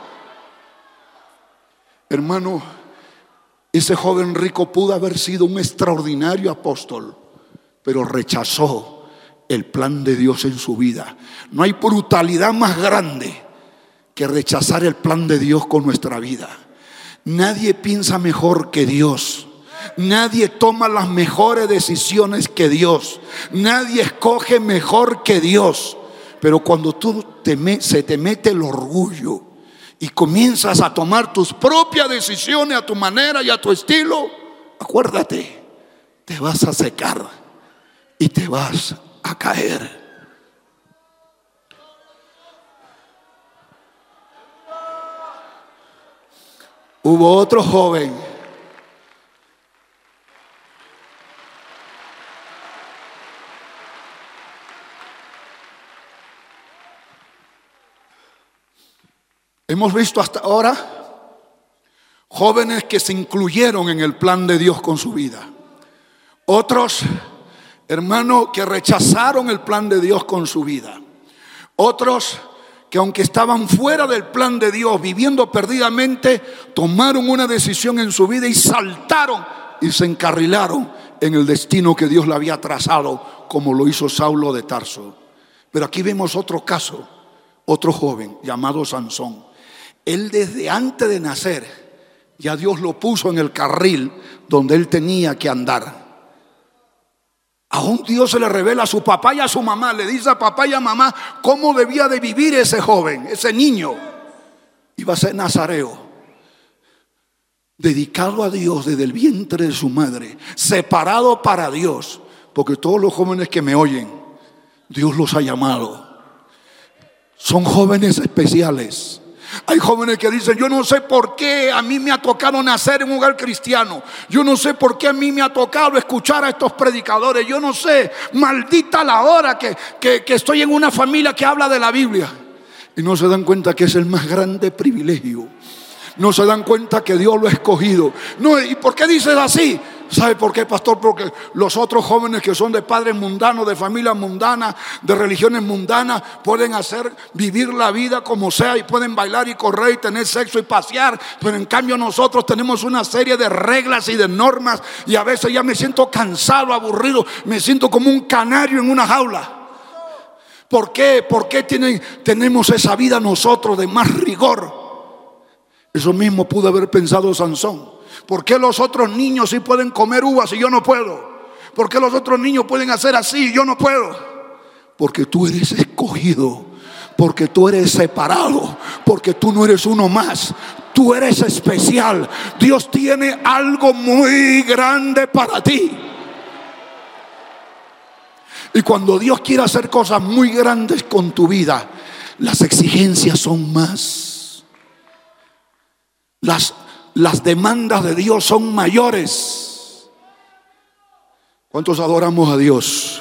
Speaker 2: Hermano, ese joven rico pudo haber sido un extraordinario apóstol, pero rechazó el plan de Dios en su vida. No hay brutalidad más grande que rechazar el plan de Dios con nuestra vida. Nadie piensa mejor que Dios. Nadie toma las mejores decisiones que Dios. Nadie escoge mejor que Dios. Pero cuando tú te me, se te mete el orgullo y comienzas a tomar tus propias decisiones a tu manera y a tu estilo, acuérdate, te vas a secar y te vas a caer. Hubo otro joven hemos visto hasta ahora jóvenes que se incluyeron en el plan de Dios con su vida. Otros, hermanos, que rechazaron el plan de Dios con su vida. Otros que aunque estaban fuera del plan de Dios, viviendo perdidamente, tomaron una decisión en su vida y saltaron y se encarrilaron en el destino que Dios le había trazado, como lo hizo Saulo de Tarso. Pero aquí vemos otro caso, otro joven llamado Sansón. Él desde antes de nacer, ya Dios lo puso en el carril donde él tenía que andar. Aún Dios se le revela a su papá y a su mamá. Le dice a papá y a mamá cómo debía de vivir ese joven, ese niño. Iba a ser nazareo, dedicado a Dios desde el vientre de su madre, separado para Dios. Porque todos los jóvenes que me oyen, Dios los ha llamado. Son jóvenes especiales. Hay jóvenes que dicen: yo no sé por qué a mí me ha tocado nacer en un hogar cristiano. Yo no sé por qué a mí me ha tocado escuchar a estos predicadores. Yo no sé, maldita la hora que, que, que estoy en una familia que habla de la Biblia. Y no se dan cuenta que es el más grande privilegio. No se dan cuenta que Dios lo ha escogido. No, ¿y por qué dices así? ¿Sabe por qué, pastor? Porque los otros jóvenes que son de padres mundanos, de familias mundanas, de religiones mundanas, pueden hacer, vivir la vida como sea, y pueden bailar y correr y tener sexo y pasear. Pero en cambio nosotros tenemos una serie de reglas y de normas, y a veces ya me siento cansado, aburrido, me siento como un canario en una jaula. ¿Por qué? ¿Por qué tienen, tenemos esa vida nosotros de más rigor? Eso mismo pudo haber pensado Sansón. ¿Por qué los otros niños sí pueden comer uvas y yo no puedo? ¿Por qué los otros niños pueden hacer así y yo no puedo? Porque tú eres escogido, porque tú eres separado, porque tú no eres uno más. Tú eres especial. Dios tiene algo muy grande para ti. Y cuando Dios quiere hacer cosas muy grandes con tu vida, las exigencias son más. Las Las demandas de Dios son mayores. ¿Cuántos adoramos a Dios?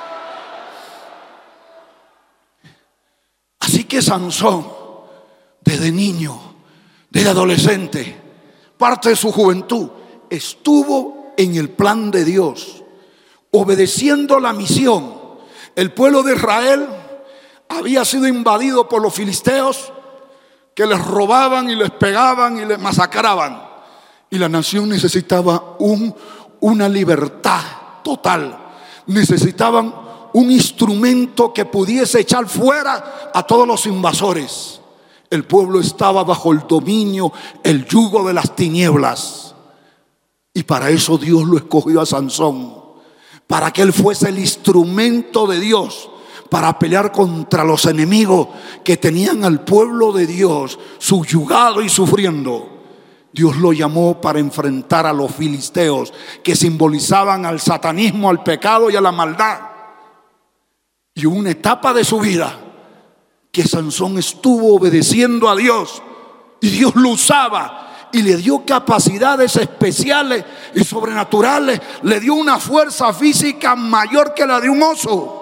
Speaker 2: Así que Sansón, desde niño, desde adolescente, parte de su juventud, estuvo en el plan de Dios, obedeciendo la misión. El pueblo de Israel había sido invadido por los filisteos, que les robaban y les pegaban y les masacraban. Y la nación necesitaba un, una libertad total. Necesitaban un instrumento que pudiese echar fuera a todos los invasores. El pueblo estaba bajo el dominio, el yugo de las tinieblas. Y para eso Dios lo escogió a Sansón, para que él fuese el instrumento de Dios para pelear contra los enemigos que tenían al pueblo de Dios subyugado y sufriendo. Dios lo llamó para enfrentar a los filisteos, que simbolizaban al satanismo, al pecado y a la maldad. Y hubo una etapa de su vida que Sansón estuvo obedeciendo a Dios, y Dios lo usaba y le dio capacidades especiales y sobrenaturales. Le dio una fuerza física mayor que la de un oso.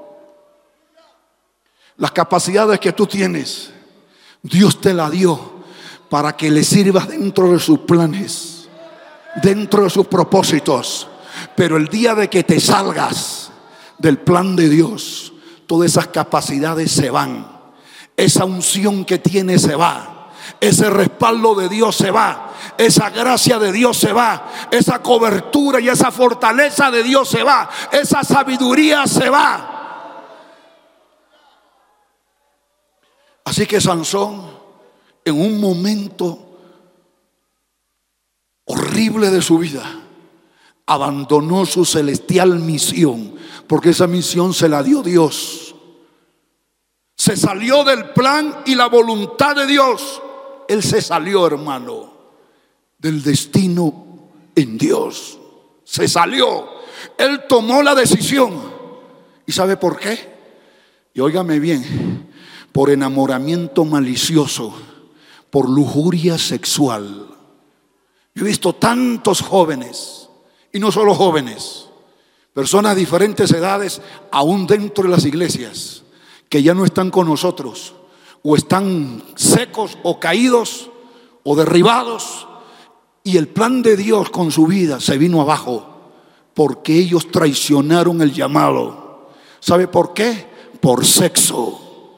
Speaker 2: Las capacidades que tú tienes, Dios te las dio para que le sirvas dentro de sus planes. dentro de sus propósitos. Pero el día de que te salgas del plan de Dios, todas esas capacidades se van. Esa unción que tienes se va. Ese respaldo de Dios se va. Esa gracia de Dios se va. Esa cobertura y esa fortaleza de Dios se va. Esa sabiduría se va. Así que Sansón, en un momento horrible de su vida, abandonó su celestial misión, porque esa misión se la dio Dios. Se salió del plan y la voluntad de Dios. Él se salió, hermano, del destino en Dios. Se salió. Él tomó la decisión. ¿Y sabe por qué? Y óigame bien, por enamoramiento malicioso, por lujuria sexual. Yo he visto tantos jóvenes, y no solo jóvenes, personas de diferentes edades, aún dentro de las iglesias, que ya no están con nosotros, o están secos o caídos o derribados, y el plan de Dios con su vida se vino abajo porque ellos traicionaron el llamado. ¿Sabe por qué? Por sexo.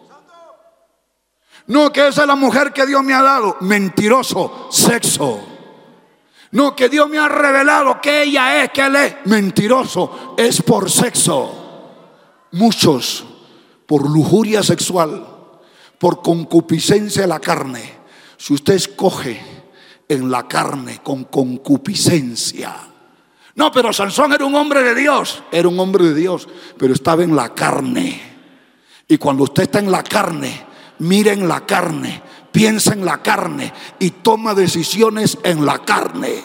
Speaker 2: No, que esa es la mujer que Dios me ha dado. Mentiroso, sexo. No, que Dios me ha revelado que ella es, que él es. Mentiroso, es por sexo. Muchos por lujuria sexual, por concupiscencia de la carne. Si usted escoge en la carne con concupiscencia. No, pero Sansón era un hombre de Dios. Era un hombre de Dios, pero estaba en la carne. Y cuando usted está en la carne, mira en la carne, piensa en la carne y toma decisiones en la carne.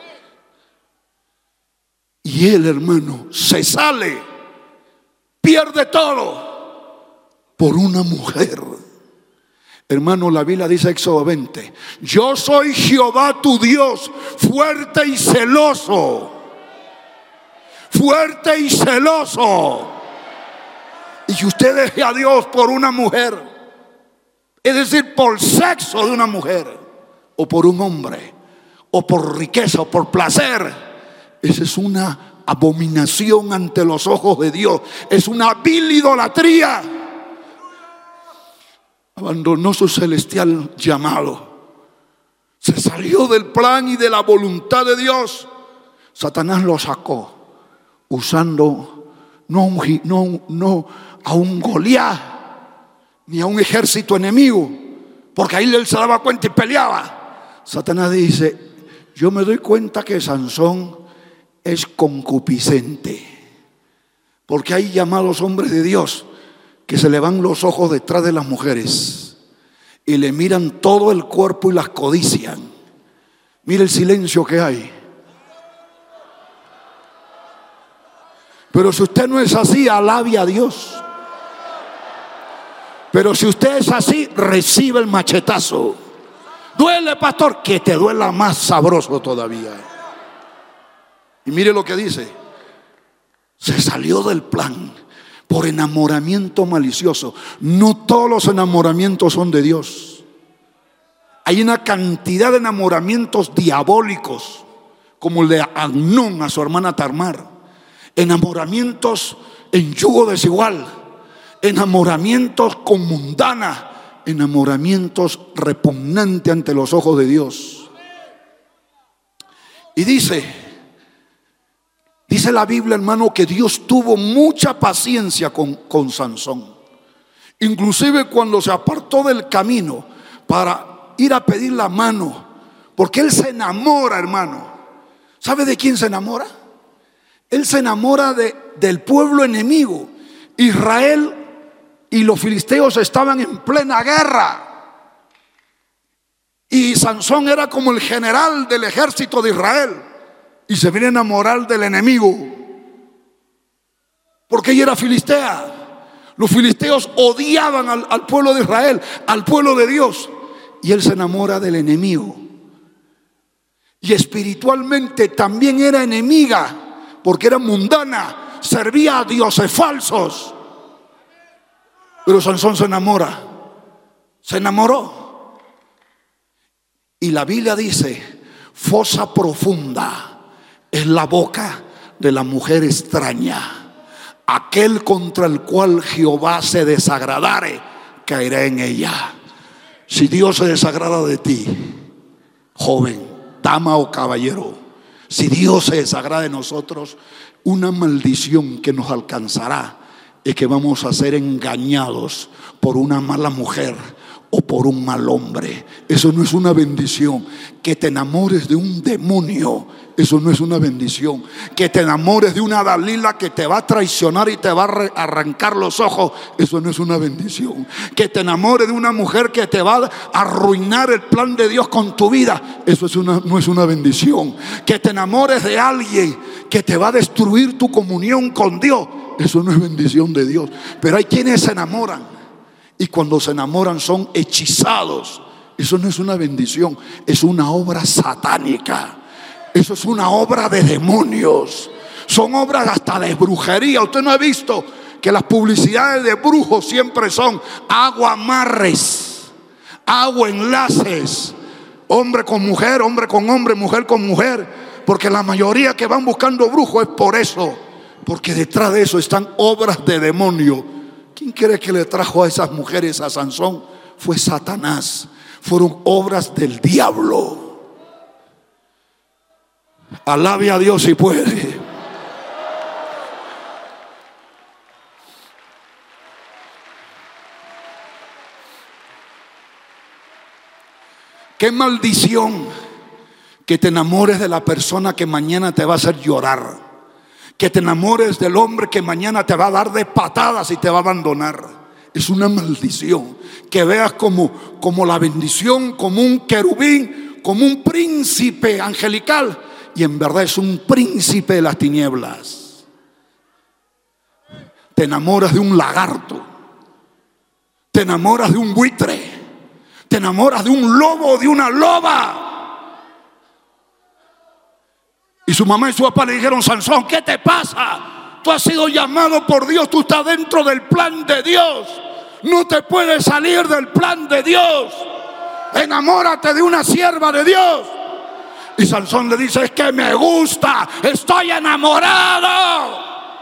Speaker 2: Y él, hermano, se sale, pierde todo por una mujer. Hermano, la Biblia dice, Éxodo veinte, yo soy Jehová tu Dios, fuerte y celoso. Fuerte y celoso. Y si usted deje a Dios por una mujer, es decir, por sexo de una mujer, o por un hombre, o por riqueza, o por placer, esa es una abominación ante los ojos de Dios. Es una vil idolatría. Abandonó su celestial llamado. Se salió del plan y de la voluntad de Dios. Satanás lo sacó usando no, un, no, no a un Goliat ni a un ejército enemigo, porque ahí él se daba cuenta y peleaba. Satanás dice, yo me doy cuenta que Sansón es concupiscente, porque hay llamados hombres de Dios que se le van los ojos detrás de las mujeres y le miran todo el cuerpo y las codician. Mire el silencio que hay. Pero si usted no es así, alabe a Dios. Pero si usted es así, recibe el machetazo. Duele, pastor, que te duela más sabroso todavía. Y mire lo que dice. Se salió del plan por enamoramiento malicioso. No todos los enamoramientos son de Dios. Hay una cantidad de enamoramientos diabólicos, como el de Amnón a su hermana Tamar. Enamoramientos en yugo desigual, enamoramientos con mundana, enamoramientos repugnantes ante los ojos de Dios. Y dice, dice la Biblia, hermano, que Dios tuvo mucha paciencia con, con Sansón. Inclusive cuando se apartó del camino para ir a pedir la mano, porque él se enamora, hermano. ¿Sabe de quién se enamora? Él se enamora de, del pueblo enemigo. Israel y los filisteos estaban en plena guerra. Y Sansón era como el general del ejército de Israel. Y se viene a enamorar del enemigo, porque ella era filistea. Los filisteos odiaban al, al pueblo de Israel, al pueblo de Dios. Y él se enamora del enemigo. Y espiritualmente también era enemiga, porque era mundana, servía a dioses falsos. Pero Sansón se enamora, se enamoró. Y la Biblia dice, Fosa profunda es la boca de la mujer extraña. Aquel contra el cual Jehová se desagradare, caerá en ella. Si Dios se desagrada de ti, joven, dama o caballero, si Dios se desagrada de nosotros, una maldición que nos alcanzará es que vamos a ser engañados por una mala mujer o por un mal hombre. Eso no es una bendición. Que te enamores de un demonio, eso no es una bendición. Que te enamores de una Dalila que te va a traicionar y te va a arrancar los ojos, eso no es una bendición. Que te enamores de una mujer que te va a arruinar el plan de Dios con tu vida, eso es una, no es una bendición. Que te enamores de alguien que te va a destruir tu comunión con Dios, eso no es bendición de Dios. Pero hay quienes se enamoran y cuando se enamoran son hechizados. Eso no es una bendición, es una obra satánica. Eso es una obra de demonios. Son obras hasta de brujería. Usted no ha visto que las publicidades de brujos siempre son hago amarres, hago enlaces, hombre con mujer, hombre con hombre, mujer con mujer. Porque la mayoría que van buscando brujos es por eso, porque detrás de eso están obras de demonio. ¿Quién cree que le trajo a esas mujeres a Sansón? Fue Satanás. Fueron obras del diablo. Alabe a Dios si puede. Qué maldición que te enamores de la persona que mañana te va a hacer llorar. Que te enamores del hombre que mañana te va a dar de patadas y te va a abandonar. Es una maldición. Que veas como, como la bendición, como un querubín, como un príncipe angelical, y en verdad es un príncipe de las tinieblas. Te enamoras de un lagarto, te enamoras de un buitre, te enamoras de un lobo o de una loba. Y su mamá y su papá le dijeron: Sansón, ¿qué te pasa? Tú has sido llamado por Dios, tú estás dentro del plan de Dios. No te puedes salir del plan de Dios. Enamórate de una sierva de Dios. Y Sansón le dice: es que me gusta, estoy enamorado.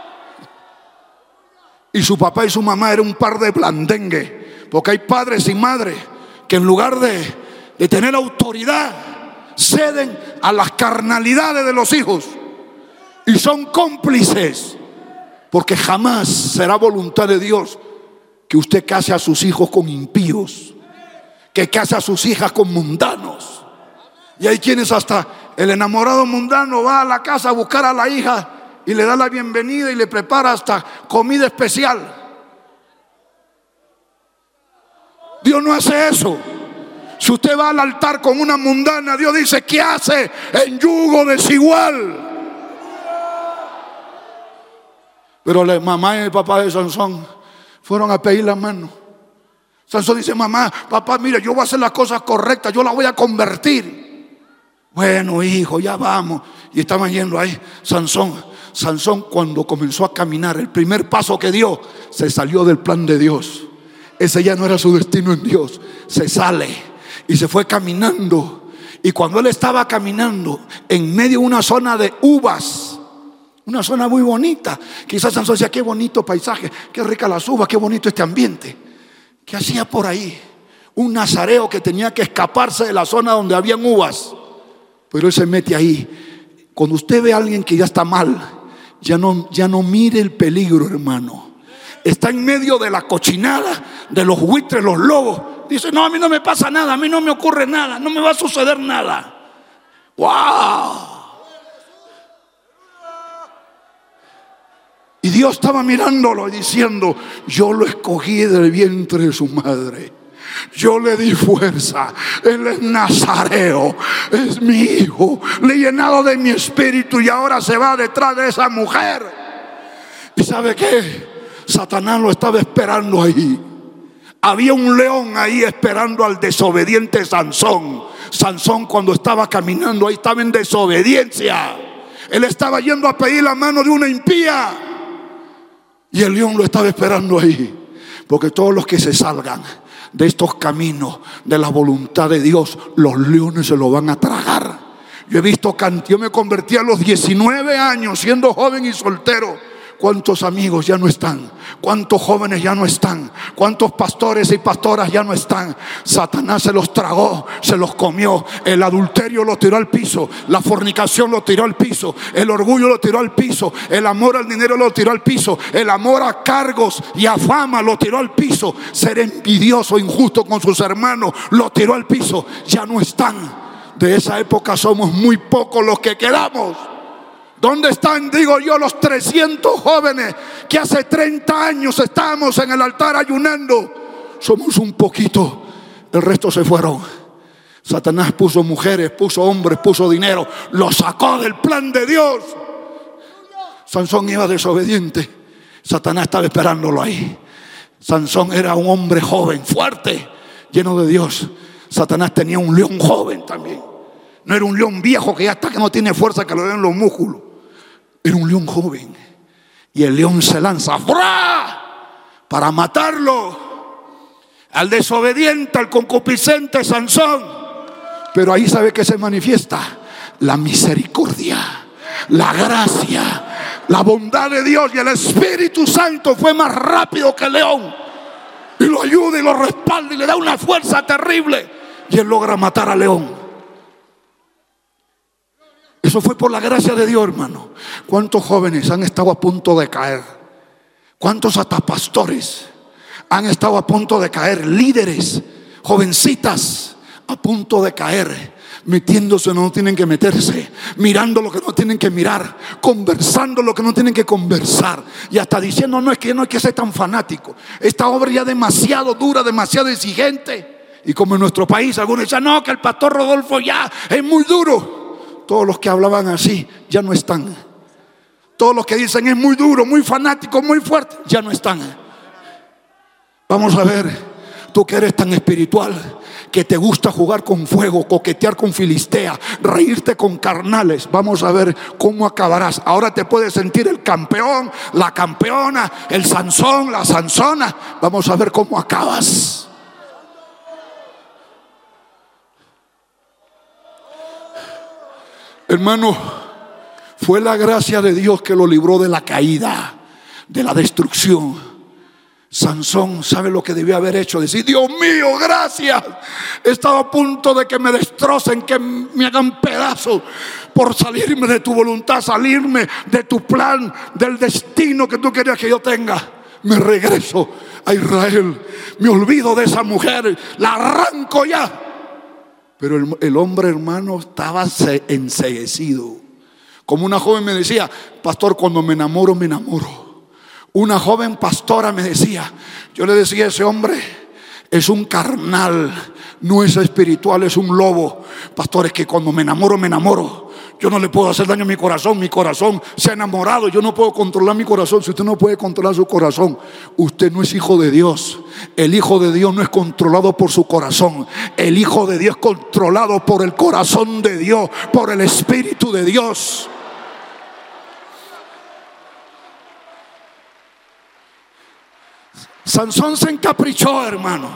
Speaker 2: Y su papá y su mamá eran un par de blandengue. Porque hay padres y madres que en lugar de, de tener autoridad, ceden a las carnalidades de los hijos y son cómplices. Porque jamás será voluntad de Dios que usted case a sus hijos con impíos, que case a sus hijas con mundanos. Y hay quienes hasta el enamorado mundano va a la casa a buscar a la hija y le da la bienvenida y le prepara hasta comida especial. Dios no hace eso. Si usted va al altar con una mundana, Dios dice: ¿qué hace en yugo desigual? Pero la mamá y el papá de Sansón fueron a pedir la mano. Sansón dice: mamá, papá, mira, yo voy a hacer las cosas correctas, yo la voy a convertir. Bueno, hijo, ya vamos. Y estaban yendo ahí. Sansón, Sansón cuando comenzó a caminar, el primer paso que dio, se salió del plan de Dios. Ese ya no era su destino en Dios. Se sale y se fue caminando. Y cuando él estaba caminando en medio de una zona de uvas, una zona muy bonita, quizás Sansón decía: qué bonito paisaje, qué rica las uvas, qué bonito este ambiente. ¿Qué hacía por ahí? Un nazareo que tenía que escaparse de la zona donde habían uvas. Pero él se mete ahí. Cuando usted ve a alguien que ya está mal, ya no, ya no mire el peligro, hermano. Está en medio de la cochinada, de los buitres, los lobos. Dice: no, a mí no me pasa nada, a mí no me ocurre nada, no me va a suceder nada. ¡Wow! Y Dios estaba mirándolo y diciendo: yo lo escogí del vientre de su madre. Yo le di fuerza. Él es nazareo, es mi hijo. Le he llenado de mi espíritu y ahora se va detrás de esa mujer. ¿Y sabe qué? Satanás lo estaba esperando ahí. Había un león ahí esperando al desobediente Sansón. Sansón, cuando estaba caminando ahí, estaba en desobediencia. Él estaba yendo a pedir la mano de una impía. Y el león lo estaba esperando ahí. Porque todos los que se salgan de estos caminos de la voluntad de Dios, los leones se lo van a tragar. Yo he visto, yo me convertí a los diecinueve años siendo joven y soltero. ¿Cuántos amigos ya no están? ¿Cuántos jóvenes ya no están? ¿Cuántos pastores y pastoras ya no están? Satanás se los tragó, se los comió. El adulterio lo tiró al piso, la fornicación lo tiró al piso, el orgullo lo tiró al piso, el amor al dinero lo tiró al piso, el amor a cargos y a fama lo tiró al piso, ser envidioso, injusto con sus hermanos lo tiró al piso. Ya no están. De esa época somos muy pocos los que quedamos. ¿Dónde están, digo yo, los trescientos jóvenes que hace treinta años estábamos en el altar ayunando? Somos un poquito, el resto se fueron. Satanás puso mujeres, puso hombres, puso dinero, lo sacó del plan de Dios. Sansón iba desobediente, Satanás estaba esperándolo ahí. Sansón era un hombre joven, fuerte, lleno de Dios. Satanás tenía un león joven también. No era un león viejo que ya está, que no tiene fuerza, que lo den los músculos. Era un león joven. Y el león se lanza ¡fra! Para matarlo al desobediente, al concupiscente Sansón. Pero ahí sabe que se manifiesta la misericordia, la gracia, la bondad de Dios. Y el Espíritu Santo fue más rápido que el león y lo ayuda y lo respalda y le da una fuerza terrible, y él logra matar al león. Eso fue por la gracia de Dios, hermano. ¿Cuántos jóvenes han estado a punto de caer? ¿Cuántos hasta pastores han estado a punto de caer? Líderes, jovencitas a punto de caer, metiéndose donde no tienen que meterse, mirando lo que no tienen que mirar, conversando lo que no tienen que conversar, y hasta diciendo: no, es que no hay que ser tan fanático, esta obra ya es demasiado dura, demasiado exigente. Y como en nuestro país algunos dicen: no, que el pastor Rodolfo ya es muy duro. Todos los que hablaban así ya no están. Todos los que dicen es muy duro, muy fanático, muy fuerte, ya no están. Vamos a ver, tú que eres tan espiritual, que te gusta jugar con fuego, coquetear con filistea, reírte con carnales, vamos a ver cómo acabarás. Ahora te puedes sentir el campeón, la campeona, el Sansón, la Sansona. Vamos a ver cómo acabas. Hermano, fue la gracia de Dios que lo libró de la caída, de la destrucción. Sansón, ¿sabe lo que debió haber hecho? Decir: Dios mío, gracias. He estado a punto de que me destrocen, que me hagan pedazos por salirme de tu voluntad, salirme de tu plan, del destino que tú querías que yo tenga. Me regreso a Israel, me olvido de esa mujer, la arranco ya. Pero el, el hombre, hermano, estaba enceguecido. Como una joven me decía: pastor, cuando me enamoro, me enamoro. Una joven pastora me decía, yo le decía: ese hombre es un carnal, no es espiritual, es un lobo. Pastor, es que cuando me enamoro, me enamoro. Yo no le puedo hacer daño a mi corazón. Mi corazón se ha enamorado. Yo no puedo controlar mi corazón. Si usted no puede controlar su corazón, usted no es hijo de Dios. El hijo de Dios no es controlado por su corazón. El hijo de Dios es controlado por el corazón de Dios, por el Espíritu de Dios. Sansón se encaprichó, hermano,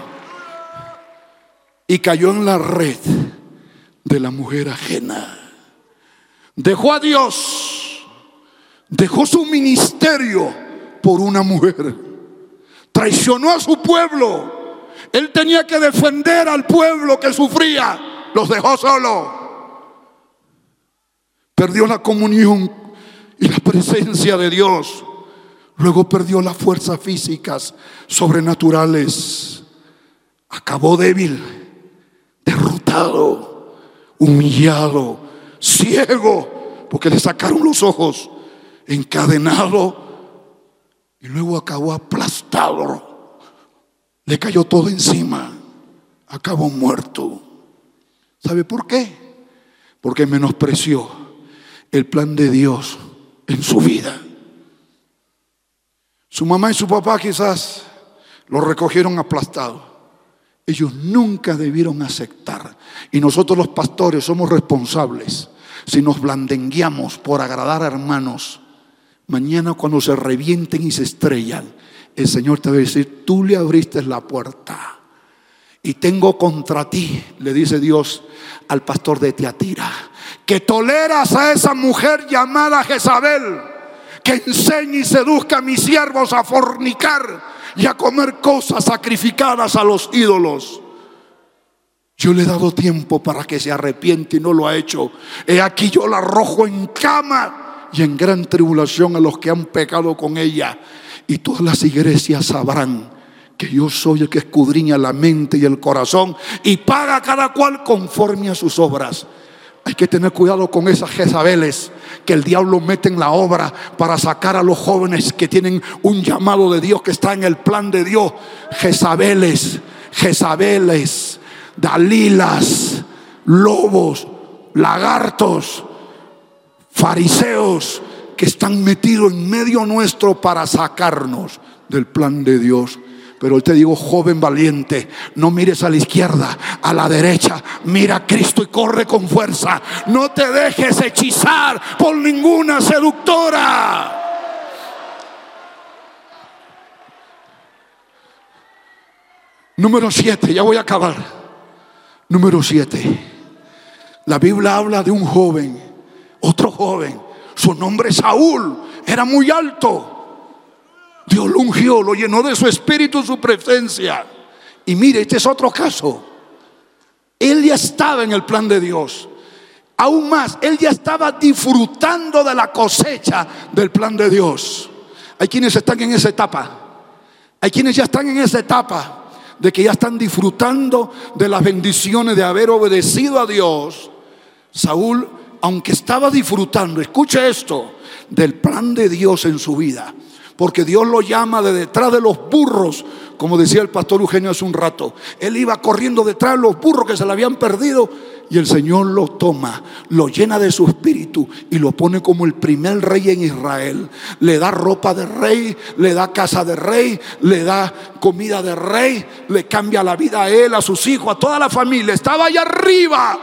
Speaker 2: y cayó en la red de la mujer ajena. Dejó a Dios, dejó su ministerio por una mujer. Traicionó a su pueblo. Él tenía que defender al pueblo que sufría. Los dejó solo. Perdió la comunión y la presencia de Dios. Luego perdió las fuerzas físicas sobrenaturales. Acabó débil, derrotado, humillado, ciego, porque le sacaron los ojos, encadenado, y luego acabó aplastado. Le cayó todo encima. Acabó muerto. ¿Sabe por qué? Porque menospreció el plan de Dios en su vida. Su mamá y su papá quizás lo recogieron aplastado. Ellos nunca debieron aceptar. Y nosotros los pastores somos responsables. Si nos blandengueamos por agradar a hermanos, mañana cuando se revienten y se estrellan, el Señor te va a decir: tú le abriste la puerta. Y tengo contra ti, le dice Dios al pastor de Tiatira, que toleras a esa mujer llamada Jezabel, que enseña y seduzca a mis siervos a fornicar y a comer cosas sacrificadas a los ídolos. Yo le he dado tiempo para que se arrepiente y no lo ha hecho. He aquí yo la arrojo en cama y en gran tribulación a los que han pecado con ella. Y todas las iglesias sabrán que yo soy el que escudriña la mente y el corazón y paga a cada cual conforme a sus obras. Hay que tener cuidado con esas Jezabeles que el diablo mete en la obra para sacar a los jóvenes que tienen un llamado de Dios, que está en el plan de Dios. Jezabeles, Jezabeles, Dalilas, lobos, lagartos, fariseos que están metidos en medio nuestro para sacarnos del plan de Dios. Pero hoy te digo, joven valiente, no mires a la izquierda, a la derecha, mira a Cristo y corre con fuerza. No te dejes hechizar por ninguna seductora. Número siete, ya voy a acabar. Número siete, la Biblia habla de un joven, otro joven, su nombre es Saúl, era muy alto. Dios lo ungió, lo llenó de su espíritu, su presencia. Y mire, este es otro caso. Él ya estaba en el plan de Dios. Aún más, él ya estaba disfrutando de la cosecha del plan de Dios. Hay quienes están en esa etapa. Hay quienes ya están en esa etapa de que ya están disfrutando de las bendiciones de haber obedecido a Dios. Saúl, aunque estaba disfrutando, escuche esto, del plan de Dios en su vida, porque Dios lo llama de detrás de los burros, como decía el pastor Eugenio hace un rato. Él iba corriendo detrás de los burros que se le habían perdido, y el Señor lo toma, lo llena de su espíritu y lo pone como el primer rey en Israel. Le da ropa de rey, le da casa de rey, le da comida de rey, le cambia la vida a él, a sus hijos, a toda la familia. Estaba allá arriba.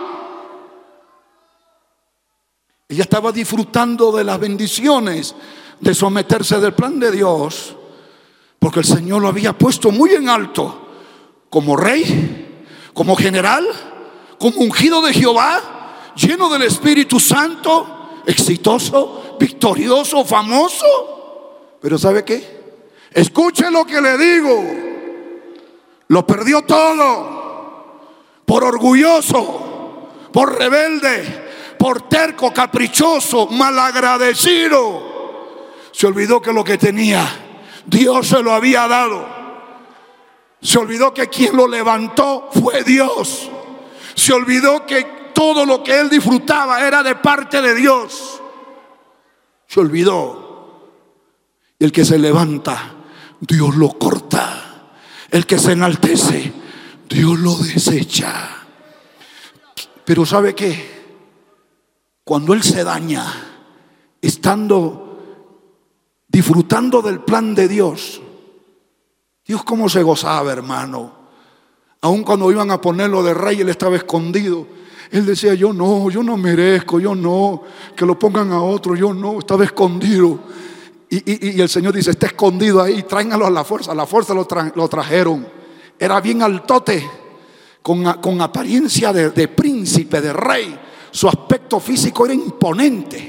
Speaker 2: Ella estaba disfrutando de las bendiciones de someterse del plan de Dios, porque el Señor lo había puesto muy en alto, como rey, como general, como ungido de Jehová, lleno del Espíritu Santo, exitoso, victorioso, famoso. Pero ¿sabe qué? Escuche lo que le digo. Lo perdió todo por orgulloso, por rebelde, por terco, caprichoso, malagradecido. Se olvidó que lo que tenía Dios se lo había dado. Se olvidó que quien lo levantó fue Dios. Se olvidó que todo lo que él disfrutaba era de parte de Dios. Se olvidó. Y el que se levanta, Dios lo corta. El que se enaltece, Dios lo desecha. Pero ¿sabe qué? Cuando él se daña, estando disfrutando del plan de Dios, Dios cómo se gozaba, hermano. Aun cuando iban a ponerlo de rey, él estaba escondido. Él decía, yo no, yo no merezco, yo no, que lo pongan a otro, yo no, estaba escondido. Y, y, y el Señor dice, está escondido ahí, tráiganlo a la fuerza. A la fuerza lo, tra lo trajeron. Era bien altote, con, con apariencia de, de príncipe, de rey. Su aspecto físico era imponente.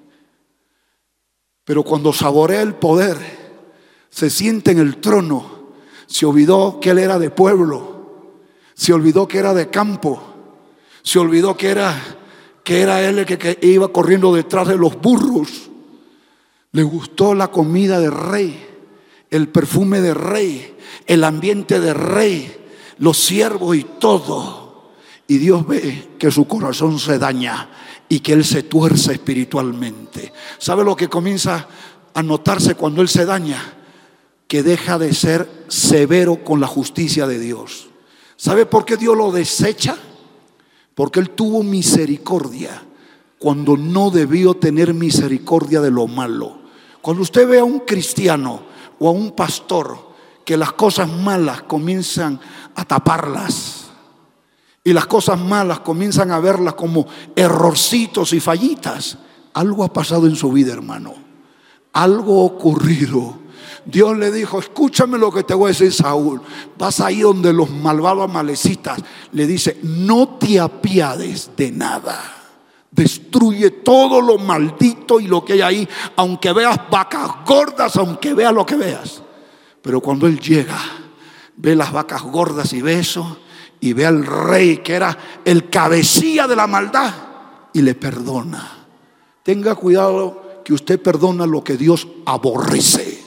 Speaker 2: Pero cuando saborea el poder, se siente en el trono, se olvidó que él era de pueblo, se olvidó que era de campo, se olvidó que era, que era él el que, que iba corriendo detrás de los burros. Le gustó la comida de rey, el perfume de rey, el ambiente de rey, los siervos y todo. Y Dios ve que su corazón se daña y que él se tuerce espiritualmente. ¿Sabe lo que comienza a notarse cuando él se daña? Que deja de ser severo con la justicia de Dios. ¿Sabe por qué Dios lo desecha? Porque él tuvo misericordia cuando no debió tener misericordia de lo malo. Cuando usted ve a un cristiano o a un pastor que las cosas malas comienzan a taparlas, y las cosas malas comienzan a verlas como errorcitos y fallitas, algo ha pasado en su vida, hermano. Algo ha ocurrido. Dios le dijo, escúchame lo que te voy a decir, Saúl. Vas ahí donde los malvados amalecitas. Le dice, no te apiades de nada destruye todo lo maldito y lo que hay ahí, aunque veas vacas gordas, aunque veas lo que veas. Pero cuando Él llega, ve las vacas gordas y ve eso, y ve al rey que era el cabecilla de la maldad, y le perdona. Tenga cuidado que usted perdona lo que Dios aborrece.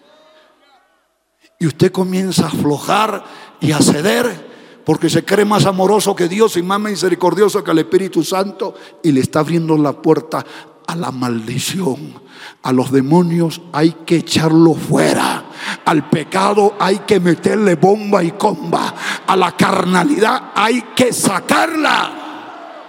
Speaker 2: Y usted comienza a aflojar y a ceder, porque se cree más amoroso que Dios y más misericordioso que el Espíritu Santo, y le está abriendo la puerta a la maldición. A los demonios hay que echarlo fuera. Al pecado hay que meterle bomba y comba. A la carnalidad hay que sacarla.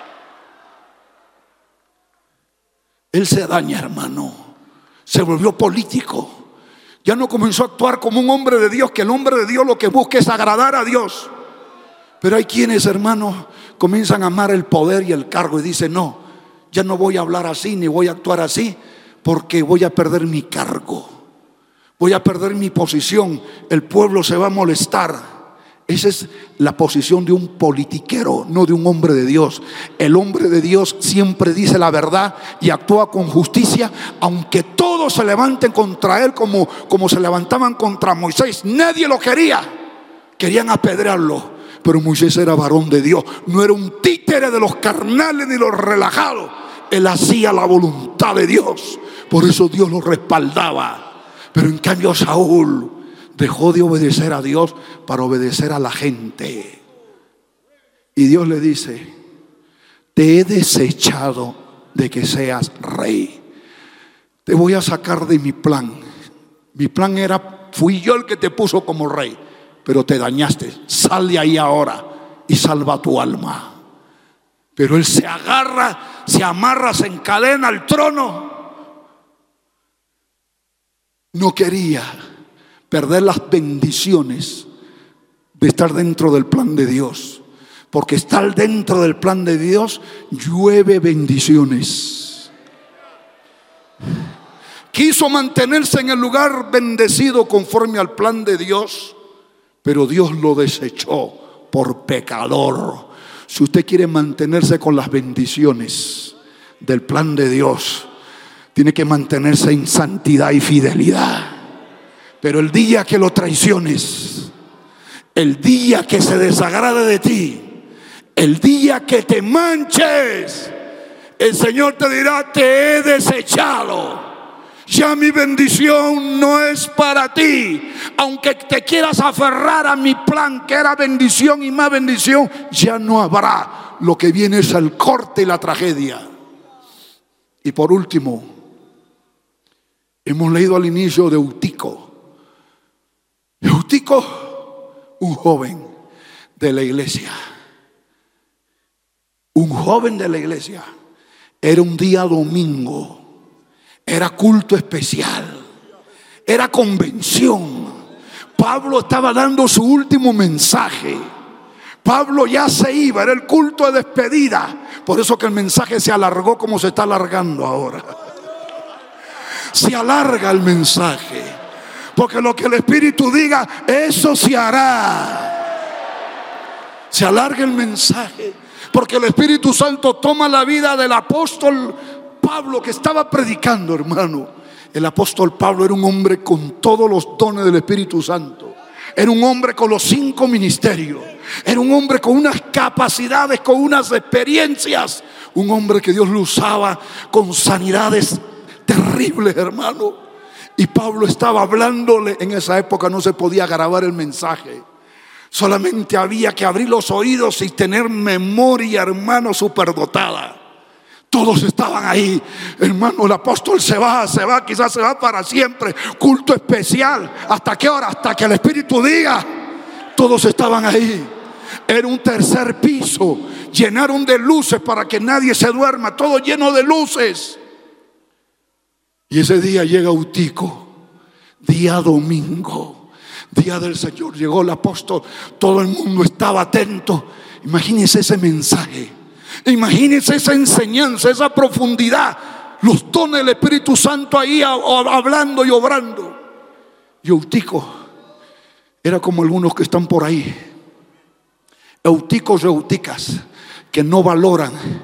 Speaker 2: Él se daña, hermano. Se volvió político. Ya no comenzó a actuar como un hombre de Dios, que el hombre de Dios lo que busca es agradar a Dios. Pero hay quienes, hermanos, comienzan a amar el poder y el cargo y dicen: no, ya no voy a hablar así ni voy a actuar así, porque voy a perder mi cargo, voy a perder mi posición, el pueblo se va a molestar. Esa es la posición de un politiquero, no de un hombre de Dios. El hombre de Dios siempre dice la verdad y actúa con justicia, aunque todos se levanten contra él como, como se levantaban contra Moisés. Nadie lo quería, querían apedrearlo. Pero Moisés era varón de Dios, no era un títere de los carnales ni los relajados. Él hacía la voluntad de Dios, por eso Dios lo respaldaba. Pero en cambio Saúl dejó de obedecer a Dios para obedecer a la gente. Y Dios le dice: te he desechado de que seas rey. Te voy a sacar de mi plan. Mi plan era, fui yo el que te puso como rey, pero te dañaste. Sal de ahí ahora y salva tu alma. Pero él se agarra, se amarra, se encadena al trono. No quería perder las bendiciones de estar dentro del plan de Dios, porque estar dentro del plan de Dios llueve bendiciones. Quiso mantenerse en el lugar bendecido conforme al plan de Dios, pero Dios lo desechó por pecador. Si usted quiere mantenerse con las bendiciones del plan de Dios, tiene que mantenerse en santidad y fidelidad. Pero el día que lo traiciones, el día que se desagrade de ti, el día que te manches, el Señor te dirá: te he desechado. Ya mi bendición no es para ti. Aunque te quieras aferrar a mi plan, que era bendición y más bendición, ya no habrá. Lo que viene es el corte y la tragedia. Y por último, hemos leído al inicio de Eutico. Eutico, un joven de la iglesia. Un joven de la iglesia. Era un día domingo. Era culto especial, era convención. Pablo estaba dando su último mensaje. Pablo ya se iba, era el culto de despedida. Por eso que el mensaje se alargó como se está alargando ahora. Se alarga el mensaje, porque lo que el Espíritu diga, eso se hará. Se alarga el mensaje, porque el Espíritu Santo toma la vida del apóstol Pablo, que estaba predicando, hermano. El apóstol Pablo era un hombre con todos los dones del Espíritu Santo. Era un hombre con los cinco ministerios. Era un hombre con unas capacidades, con unas experiencias. Un hombre que Dios lo usaba con sanidades terribles, hermano. Y Pablo estaba hablándole. En esa época no se podía grabar el mensaje. Solamente había que abrir los oídos y tener memoria, hermano, superdotada. Todos estaban ahí, hermano. El apóstol se va, se va, quizás se va para siempre. Culto especial. ¿Hasta qué hora? Hasta que el Espíritu diga. Todos estaban ahí. Era un tercer piso. Llenaron de luces para que nadie se duerma. Todo lleno de luces. Y ese día llega Eutico. Día domingo. Día del Señor. Llegó el apóstol. Todo el mundo estaba atento. Imagínense ese mensaje. Imagínense esa enseñanza, esa profundidad, los dones del Espíritu Santo ahí hablando y obrando. Y Eutico era como algunos que están por ahí, euticos y euticas, que no valoran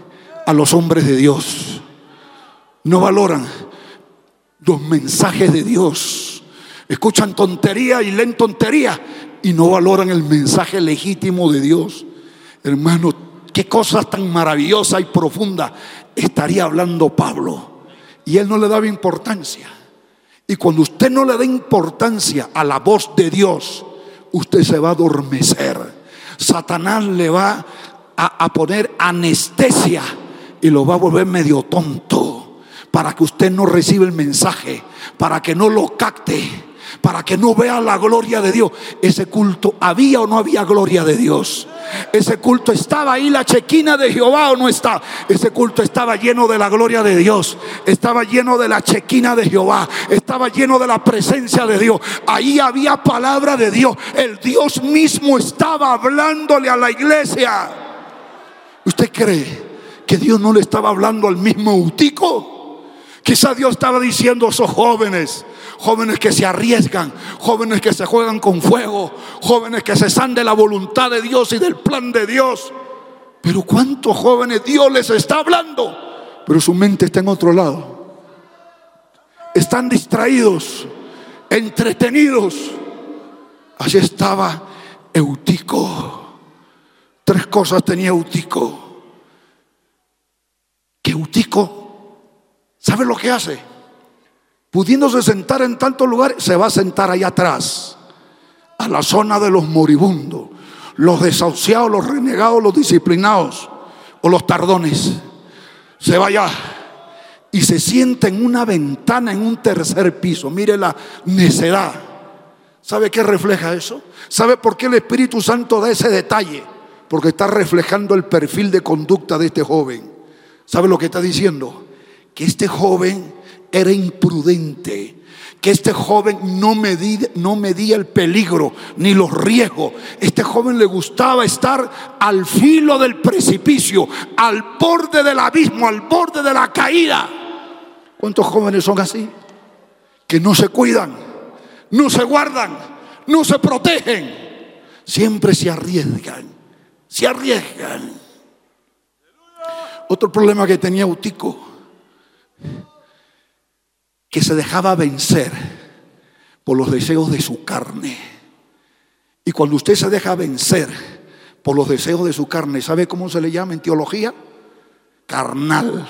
Speaker 2: a los hombres de Dios. No valoran los mensajes de Dios. Escuchan tontería y leen tontería y no valoran el mensaje legítimo de Dios. Hermano, qué cosas tan maravillosas y profundas estaría hablando Pablo. Y él no le daba importancia. Y cuando usted no le da importancia a la voz de Dios, usted se va a adormecer. Satanás le va a, a poner anestesia y lo va a volver medio tonto, para que usted no reciba el mensaje, para que no lo capte, para que no vea la gloria de Dios. Ese culto, ¿había o no había gloria de Dios? Ese culto, ¿estaba ahí la chequina de Jehová o no estaba? Ese culto estaba lleno de la gloria de Dios, estaba lleno de la chequina de Jehová, estaba lleno de la presencia de Dios. Ahí había palabra de Dios. El Dios mismo estaba hablándole a la iglesia. ¿Usted cree que Dios no le estaba hablando al mismo Eutico? Quizá Dios estaba diciendo a esos jóvenes, jóvenes que se arriesgan, jóvenes que se juegan con fuego, jóvenes que se salen de la voluntad de Dios y del plan de Dios. Pero ¿cuántos jóvenes Dios les está hablando? Pero su mente está en otro lado. Están distraídos, entretenidos. Así estaba Eutico. Tres cosas tenía Eutico. Que Eutico, ¿sabe lo que hace? Pudiéndose sentar en tantos lugares, se va a sentar allá atrás, a la zona de los moribundos, los desahuciados, los renegados, los disciplinados o los tardones. Se va allá y se sienta en una ventana en un tercer piso. Mire la necedad. ¿Sabe qué refleja eso? ¿Sabe por qué el Espíritu Santo da ese detalle? Porque está reflejando el perfil de conducta de este joven. ¿Sabe lo que está diciendo? Que este joven era imprudente, que este joven no medía, no medía el peligro ni los riesgos. Este joven le gustaba estar al filo del precipicio, al borde del abismo, al borde de la caída. ¿Cuántos jóvenes son así? Que no se cuidan, no se guardan, no se protegen, siempre se arriesgan, se arriesgan. Otro problema que tenía Eutico, que se dejaba vencer por los deseos de su carne. Y cuando usted se deja vencer por los deseos de su carne, ¿sabe cómo se le llama en teología? Carnal.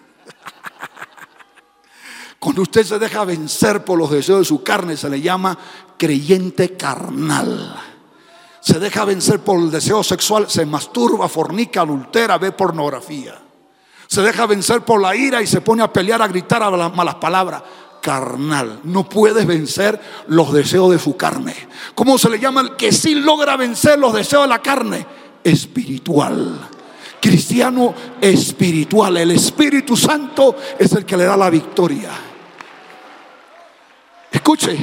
Speaker 2: Cuando usted se deja vencer por los deseos de su carne, se le llama creyente carnal. Se deja vencer por el deseo sexual, se masturba, fornica, adultera, ve pornografía. Se deja vencer por la ira y se pone a pelear, a gritar a las malas palabras. Carnal. No puede vencer los deseos de su carne. ¿Cómo se le llama el que sí logra vencer los deseos de la carne? Espiritual. Cristiano espiritual. El Espíritu Santo es el que le da la victoria. Escuche.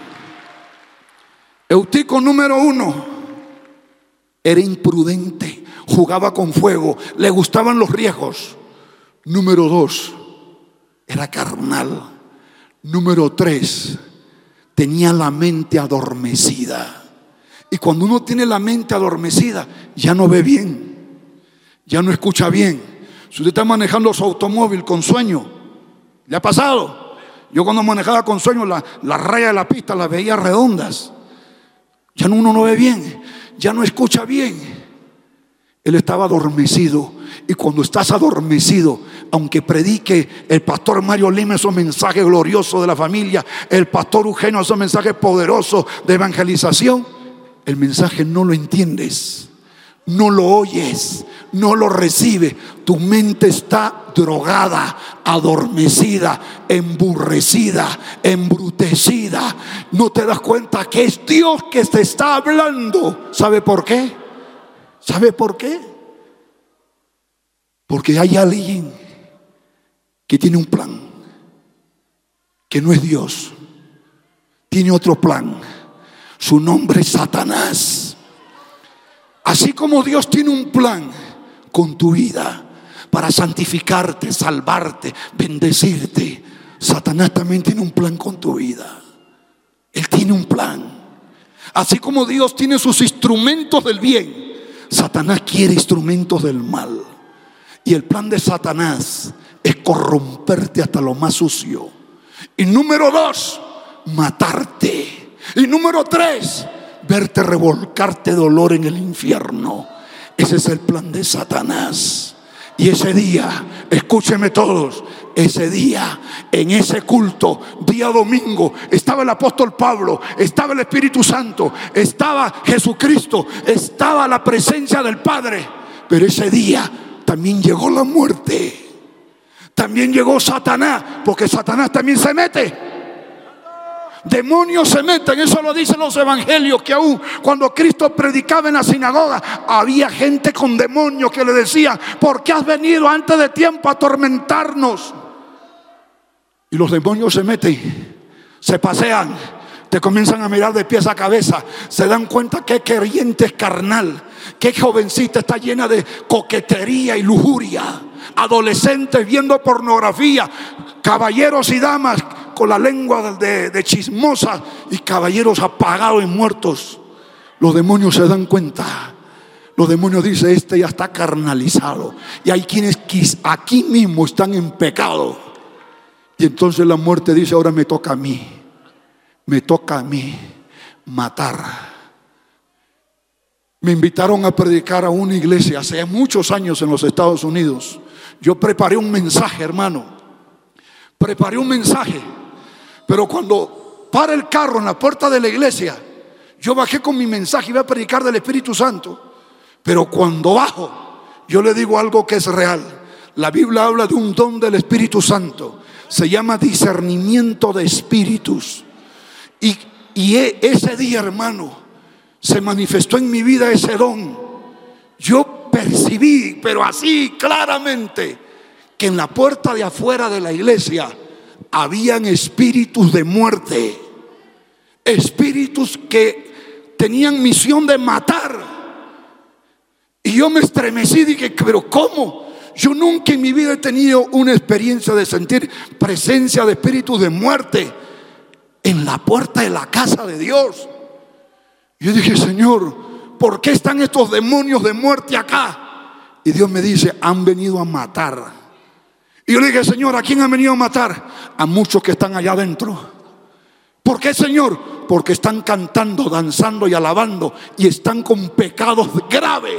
Speaker 2: Eutico número uno era imprudente, jugaba con fuego, le gustaban los riesgos. Número dos, era carnal. Número tres, tenía la mente adormecida. Y cuando uno tiene la mente adormecida, ya no ve bien, ya no escucha bien. Si usted está manejando su automóvil con sueño, ¿le ha pasado? Yo cuando manejaba con sueño, la, la raya de la pista las veía redondas. Ya uno no ve bien, ya no escucha bien. Él estaba adormecido. Y cuando estás adormecido, aunque predique el pastor Mario Lima esos mensajes gloriosos de la familia, el pastor Eugenio esos mensajes poderosos de evangelización, el mensaje no lo entiendes, no lo oyes, no lo recibes. Tu mente está drogada, adormecida, emburrecida, embrutecida. No te das cuenta que es Dios que te está hablando. ¿Sabe por qué? ¿Sabe por qué? Porque hay alguien que tiene un plan, que no es Dios, tiene otro plan. Su nombre es Satanás. Así como Dios tiene un plan con tu vida para santificarte, salvarte, bendecirte, Satanás también tiene un plan con tu vida. Él tiene un plan. Así como Dios tiene sus instrumentos del bien, Satanás quiere instrumentos del mal. Y el plan de Satanás es corromperte hasta lo más sucio. Y número dos, matarte. Y número tres, verte revolcarte dolor en el infierno. Ese es el plan de Satanás. Y ese día, escúcheme todos, ese día, en ese culto, día domingo, estaba el apóstol Pablo, estaba el Espíritu Santo, estaba Jesucristo, estaba la presencia del Padre. Pero ese día también llegó la muerte. También llegó Satanás, porque Satanás también se mete. Demonios se meten, eso lo dicen los evangelios, que aún cuando Cristo predicaba en la sinagoga, había gente con demonios que le decía: ¿por qué has venido antes de tiempo a atormentarnos? Y los demonios se meten, se pasean, te comienzan a mirar de pies a cabeza, se dan cuenta que creyente es carnal, que jovencita está llena de coquetería y lujuria, adolescentes viendo pornografía, caballeros y damas con la lengua de, de chismosa, y caballeros apagados y muertos. Los demonios se dan cuenta. Los demonios dicen: este ya está carnalizado. Y hay quienes aquí mismo están en pecado. Y entonces la muerte dice: ahora me toca a mí. Me toca a mí matar. Me invitaron a predicar a una iglesia hace muchos años en los Estados Unidos. Yo preparé un mensaje, hermano. Preparé un mensaje. Pero cuando para el carro en la puerta de la iglesia, yo bajé con mi mensaje y iba a predicar del Espíritu Santo. Pero cuando bajo, yo le digo algo que es real. La Biblia habla de un don del Espíritu Santo. Se llama discernimiento de espíritus. Y, y ese día, hermano, se manifestó en mi vida ese don. Yo percibí, pero así claramente, que en la puerta de afuera de la iglesia habían espíritus de muerte, espíritus que tenían misión de matar. Y yo me estremecí y dije: pero ¿cómo? Yo nunca en mi vida he tenido una experiencia de sentir presencia de espíritus de muerte en la puerta de la casa de Dios. Yo dije: Señor, ¿por qué están estos demonios de muerte acá? Y Dios me dice: han venido a matar. Y yo le dije: Señor, ¿a quién han venido a matar? A muchos que están allá adentro. ¿Por qué, Señor? Porque están cantando, danzando y alabando, y están con pecados graves.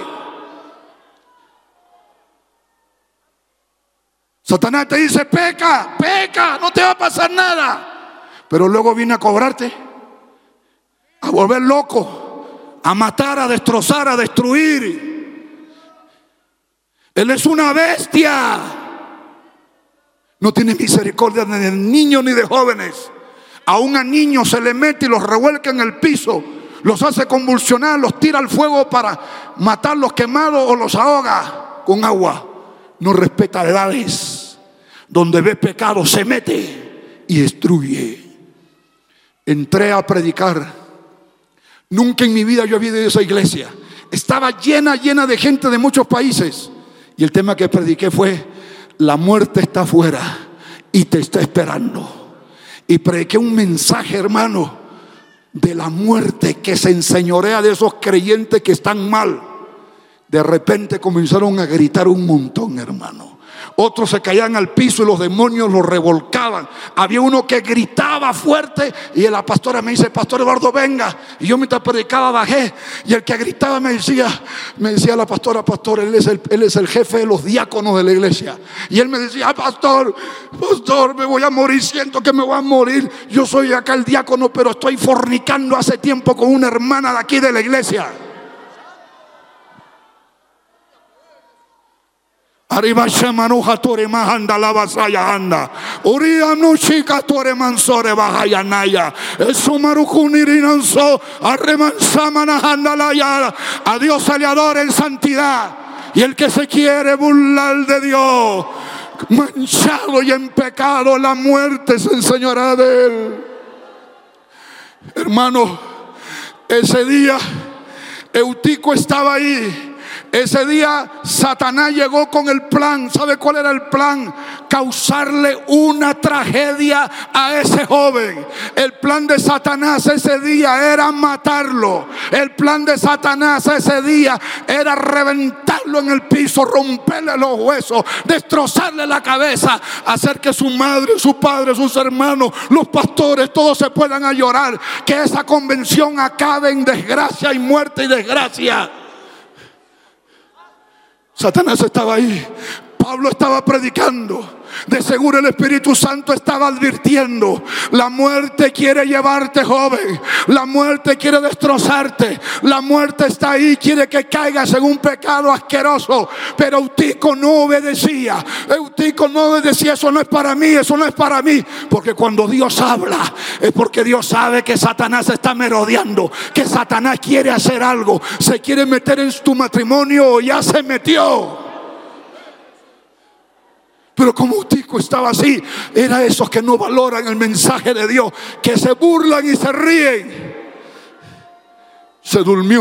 Speaker 2: Satanás te dice: peca, peca, no te va a pasar nada. Pero luego viene a cobrarte, a volver loco, a matar, a destrozar, a destruir. Él es una bestia. No tiene misericordia ni de niños ni de jóvenes. Aún a niños se le mete y los revuelca en el piso, los hace convulsionar, los tira al fuego para matarlos quemados o los ahoga con agua. No respeta edades. Donde ve pecado se mete y destruye. Entré a predicar. Nunca en mi vida yo había ido a esa iglesia. Estaba llena, llena de gente de muchos países. Y el tema que prediqué fue: la muerte está afuera y te está esperando. Y prediqué un mensaje, hermano, de la muerte que se enseñorea de esos creyentes que están mal. De repente comenzaron a gritar un montón, hermano. Otros se caían al piso y los demonios los revolcaban. Había uno que gritaba fuerte y la pastora me dice: Pastor Eduardo, venga. Y yo mientras predicaba bajé, y el que gritaba me decía, me decía la pastora: Pastor, él es el, él es el jefe de los diáconos de la iglesia. Y él me decía: Pastor, pastor, me voy a morir, siento que me voy a morir. Yo soy acá el diácono, pero estoy fornicando hace tiempo con una hermana de aquí de la iglesia. Arriba shamanuja tore mahanda la vasaya anda. Uria no chica tore mansore bahaya naya. Eso marucunirinanso arremansamana handa la ya. A Dios se le adora en santidad. Y el que se quiere burlar de Dios, manchado y en pecado, la muerte se enseñará de él. Hermano, ese día Eutico estaba ahí. Ese día Satanás llegó con el plan. ¿Sabe cuál era el plan? Causarle una tragedia a ese joven. El plan de Satanás ese día era matarlo. El plan de Satanás ese día era reventarlo en el piso, romperle los huesos, destrozarle la cabeza, hacer que su madre, su padre, sus hermanos, los pastores, todos se puedan a llorar, que esa convención acabe en desgracia y muerte y desgracia. Satanás estaba ahí. Pablo estaba predicando. De seguro el Espíritu Santo estaba advirtiendo: la muerte quiere llevarte, joven. La muerte quiere destrozarte. La muerte está ahí, quiere que caigas en un pecado asqueroso. Pero Eutico no obedecía. Eutico no obedecía. Eso no es para mí, eso no es para mí. Porque cuando Dios habla, es porque Dios sabe que Satanás está merodeando, que Satanás quiere hacer algo. Se quiere meter en tu matrimonio o ya se metió. Pero como Eutico estaba así, era esos que no valoran el mensaje de Dios, que se burlan y se ríen. Se durmió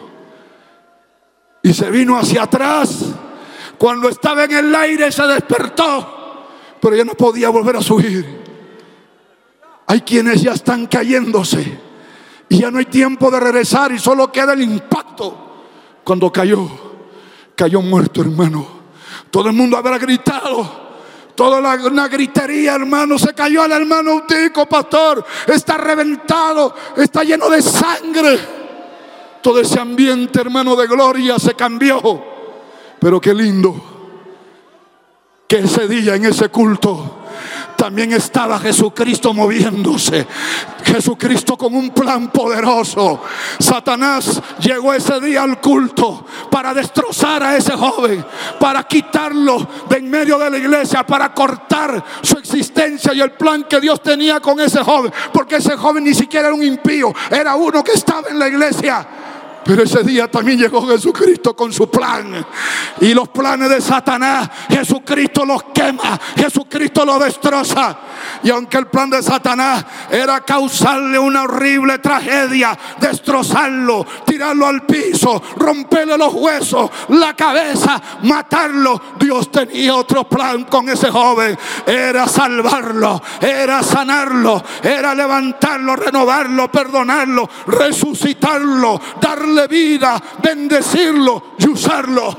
Speaker 2: y se vino hacia atrás. Cuando estaba en el aire se despertó, pero ya no podía volver a subir. Hay quienes ya están cayéndose y ya no hay tiempo de regresar y solo queda el impacto. Cuando cayó, cayó muerto, hermano. Todo el mundo habrá gritado. Toda la, una gritería, hermano. Se cayó el hermano Eutico, pastor. Está reventado, está lleno de sangre. Todo ese ambiente, hermano, de gloria se cambió. Pero qué lindo que ese día, en ese culto, también estaba Jesucristo moviéndose. Jesucristo con un plan poderoso. Satanás llegó ese día al culto para destrozar a ese joven, para quitarlo de en medio de la iglesia, para cortar su existencia y el plan que Dios tenía con ese joven. Porque ese joven ni siquiera era un impío, era uno que estaba en la iglesia. Pero ese día también llegó Jesucristo con su plan. Y los planes de Satanás, Jesucristo los quema, Jesucristo los destroza. Y aunque el plan de Satanás era causarle una horrible tragedia, destrozarlo, tirarlo al piso, romperle los huesos, la cabeza, matarlo, Dios tenía otro plan con ese joven. Era salvarlo, era sanarlo, era levantarlo, renovarlo, perdonarlo, resucitarlo, darle vida, bendecirlo y usarlo.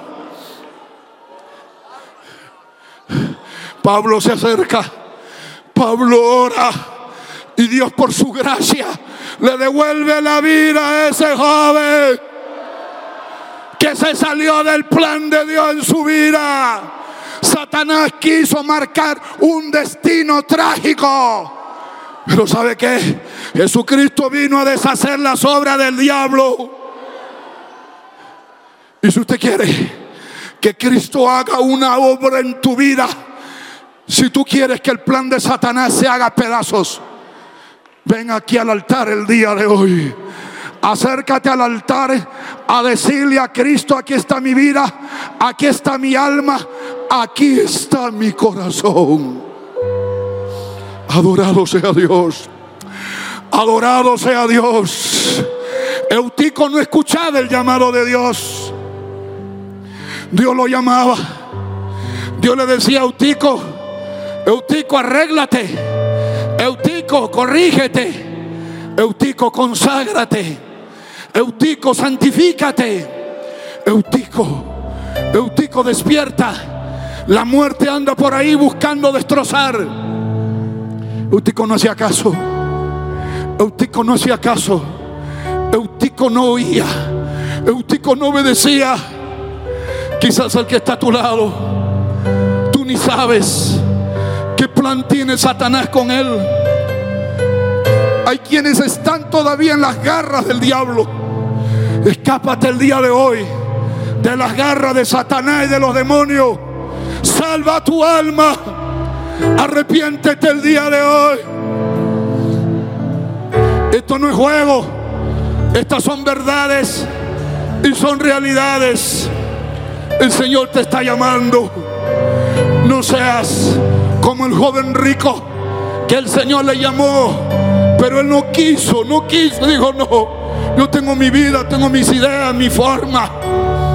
Speaker 2: Pablo se acerca, Pablo ora y Dios, por su gracia, le devuelve la vida a ese joven que se salió del plan de Dios en su vida. Satanás quiso marcar un destino trágico, pero ¿sabe qué? Jesucristo vino a deshacer las obras del diablo. Y si usted quiere que Cristo haga una obra en tu vida, si tú quieres que el plan de Satanás se haga pedazos, ven aquí al altar el día de hoy. Acércate al altar a decirle a Cristo: aquí está mi vida, aquí está mi alma, aquí está mi corazón. Adorado sea Dios, adorado sea Dios. Eutico no escuchaba el llamado de Dios. Dios lo llamaba. Dios le decía a Eutico: Eutico, arréglate. Eutico, corrígete. Eutico, conságrate. Eutico, santifícate. Eutico, Eutico, despierta. La muerte anda por ahí buscando destrozar. Eutico no hacía caso. Eutico no hacía caso. Eutico no oía. Eutico no obedecía. Quizás el que está a tu lado, tú ni sabes qué plan tiene Satanás con él. Hay quienes están todavía en las garras del diablo. Escápate el día de hoy de las garras de Satanás y de los demonios. Salva tu alma. Arrepiéntete el día de hoy. Esto no es juego. Estas son verdades y son realidades. El Señor te está llamando. No seas como el joven rico que el Señor le llamó, pero él no quiso, no quiso. Dijo: no, yo tengo mi vida, tengo mis ideas, mi forma.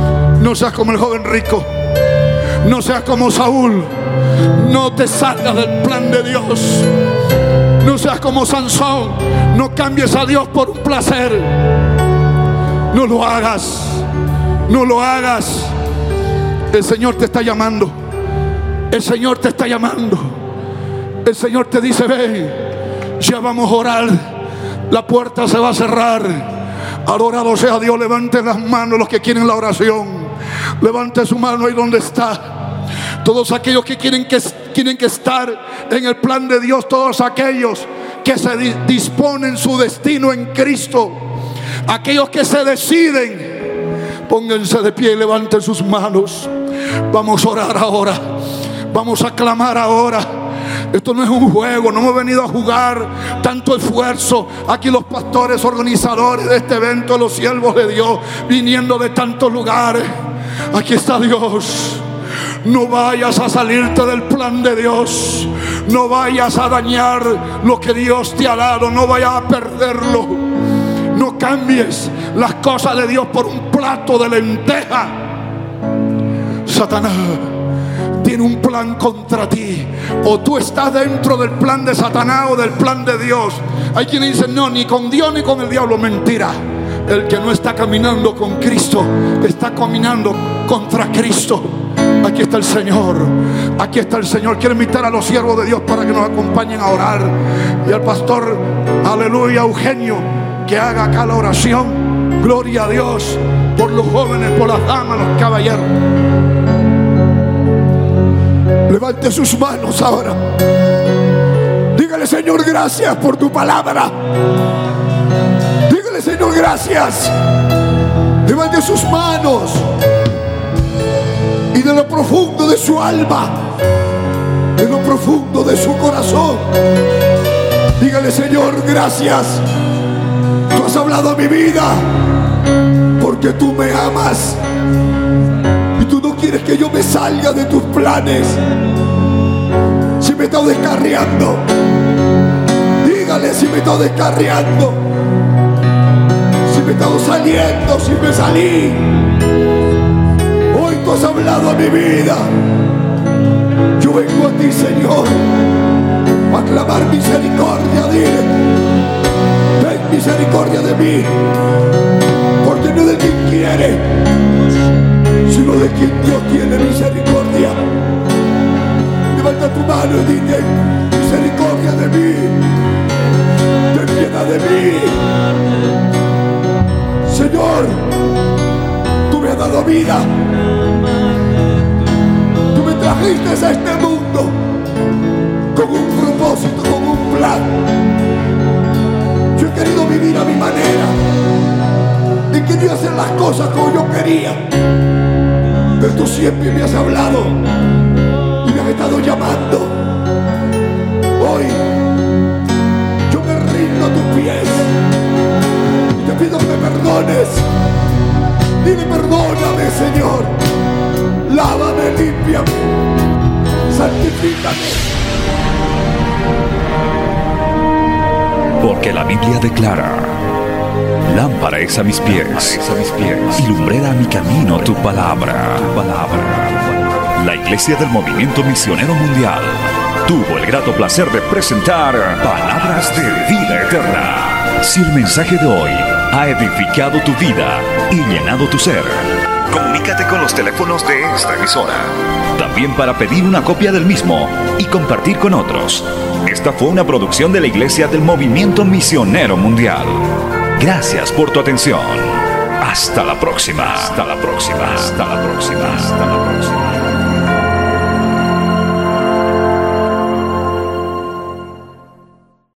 Speaker 2: No seas como el joven rico. No seas como Saúl. No te salgas del plan de Dios. No seas como Sansón. No cambies a Dios por un placer. No lo hagas. No lo hagas. El Señor te está llamando. El Señor te está llamando. El Señor te dice: ven, ya vamos a orar. La puerta se va a cerrar. Adorado sea Dios. Levanten las manos los que quieren la oración. Levante su mano ahí donde está. Todos aquellos que quieren que, quieren que estar en el plan de Dios. Todos aquellos que se disponen su destino en Cristo. Aquellos que se deciden. Pónganse de pie y levanten sus manos. Vamos a orar ahora. Vamos a clamar ahora. Esto no es un juego, no hemos venido a jugar. Tanto esfuerzo. Aquí los pastores, organizadores de este evento, los siervos de Dios, viniendo de tantos lugares. Aquí está Dios. No vayas a salirte del plan de Dios. No vayas a dañar lo que Dios te ha dado. No vayas a perderlo. No cambies las cosas de Dios por un plato de lenteja. Satanás tiene un plan contra ti. O tú estás dentro del plan de Satanás o del plan de Dios. Hay quienes dicen: no, ni con Dios ni con el diablo. Mentira. El que no está caminando con Cristo está caminando contra Cristo. Aquí está el Señor. Aquí está el Señor. Quiero invitar a los siervos de Dios para que nos acompañen a orar. Y al pastor, aleluya, Eugenio, que haga acá la oración. Gloria a Dios por los jóvenes, por las damas, los caballeros. Levante sus manos ahora. Dígale: Señor, gracias por tu palabra. Dígale: Señor, gracias. Levante sus manos. Y de lo profundo de su alma, de lo profundo de su corazón, dígale: Señor, gracias. Tú has hablado a mi vida porque tú me amas. Y tú no quieres que yo me salga de tus planes. Si me he estado descarriando, dígale: si me he estado descarriando, si me he estado saliendo, si me salí. Hoy tú has hablado a mi vida. Yo vengo a ti, Señor, a clamar misericordia. Dile: ten misericordia de mí, porque no de quien quiere, sino de quien Dios tiene misericordia. Levanta tu mano y dile: misericordia de mí, ten piedad de mí. Señor, tú me has dado vida. Tú me trajiste a este mundo con un propósito, con un plan. Yo he querido vivir a mi manera. He querido hacer las cosas como yo quería. Pero tú siempre me has hablado y me has estado llamando. Hoy yo me rindo a tus pies y te pido que me perdones. Dile: perdóname, Señor. Lávame, límpiame, santifícame.
Speaker 1: Porque la Biblia declara: lámpara es a mis pies, a mis pies, y lumbrera a mi camino tu palabra. Tu palabra. La Iglesia del Movimiento Misionero Mundial tuvo el grato placer de presentar Palabras de Vida Eterna. Si el mensaje de hoy ha edificado tu vida y llenado tu ser, comunícate con los teléfonos de esta emisora. También para pedir una copia del mismo y compartir con otros. Esta fue una producción de la Iglesia del Movimiento Misionero Mundial. Gracias por tu atención. Hasta la próxima. Hasta la próxima. Hasta la próxima. Hasta la próxima.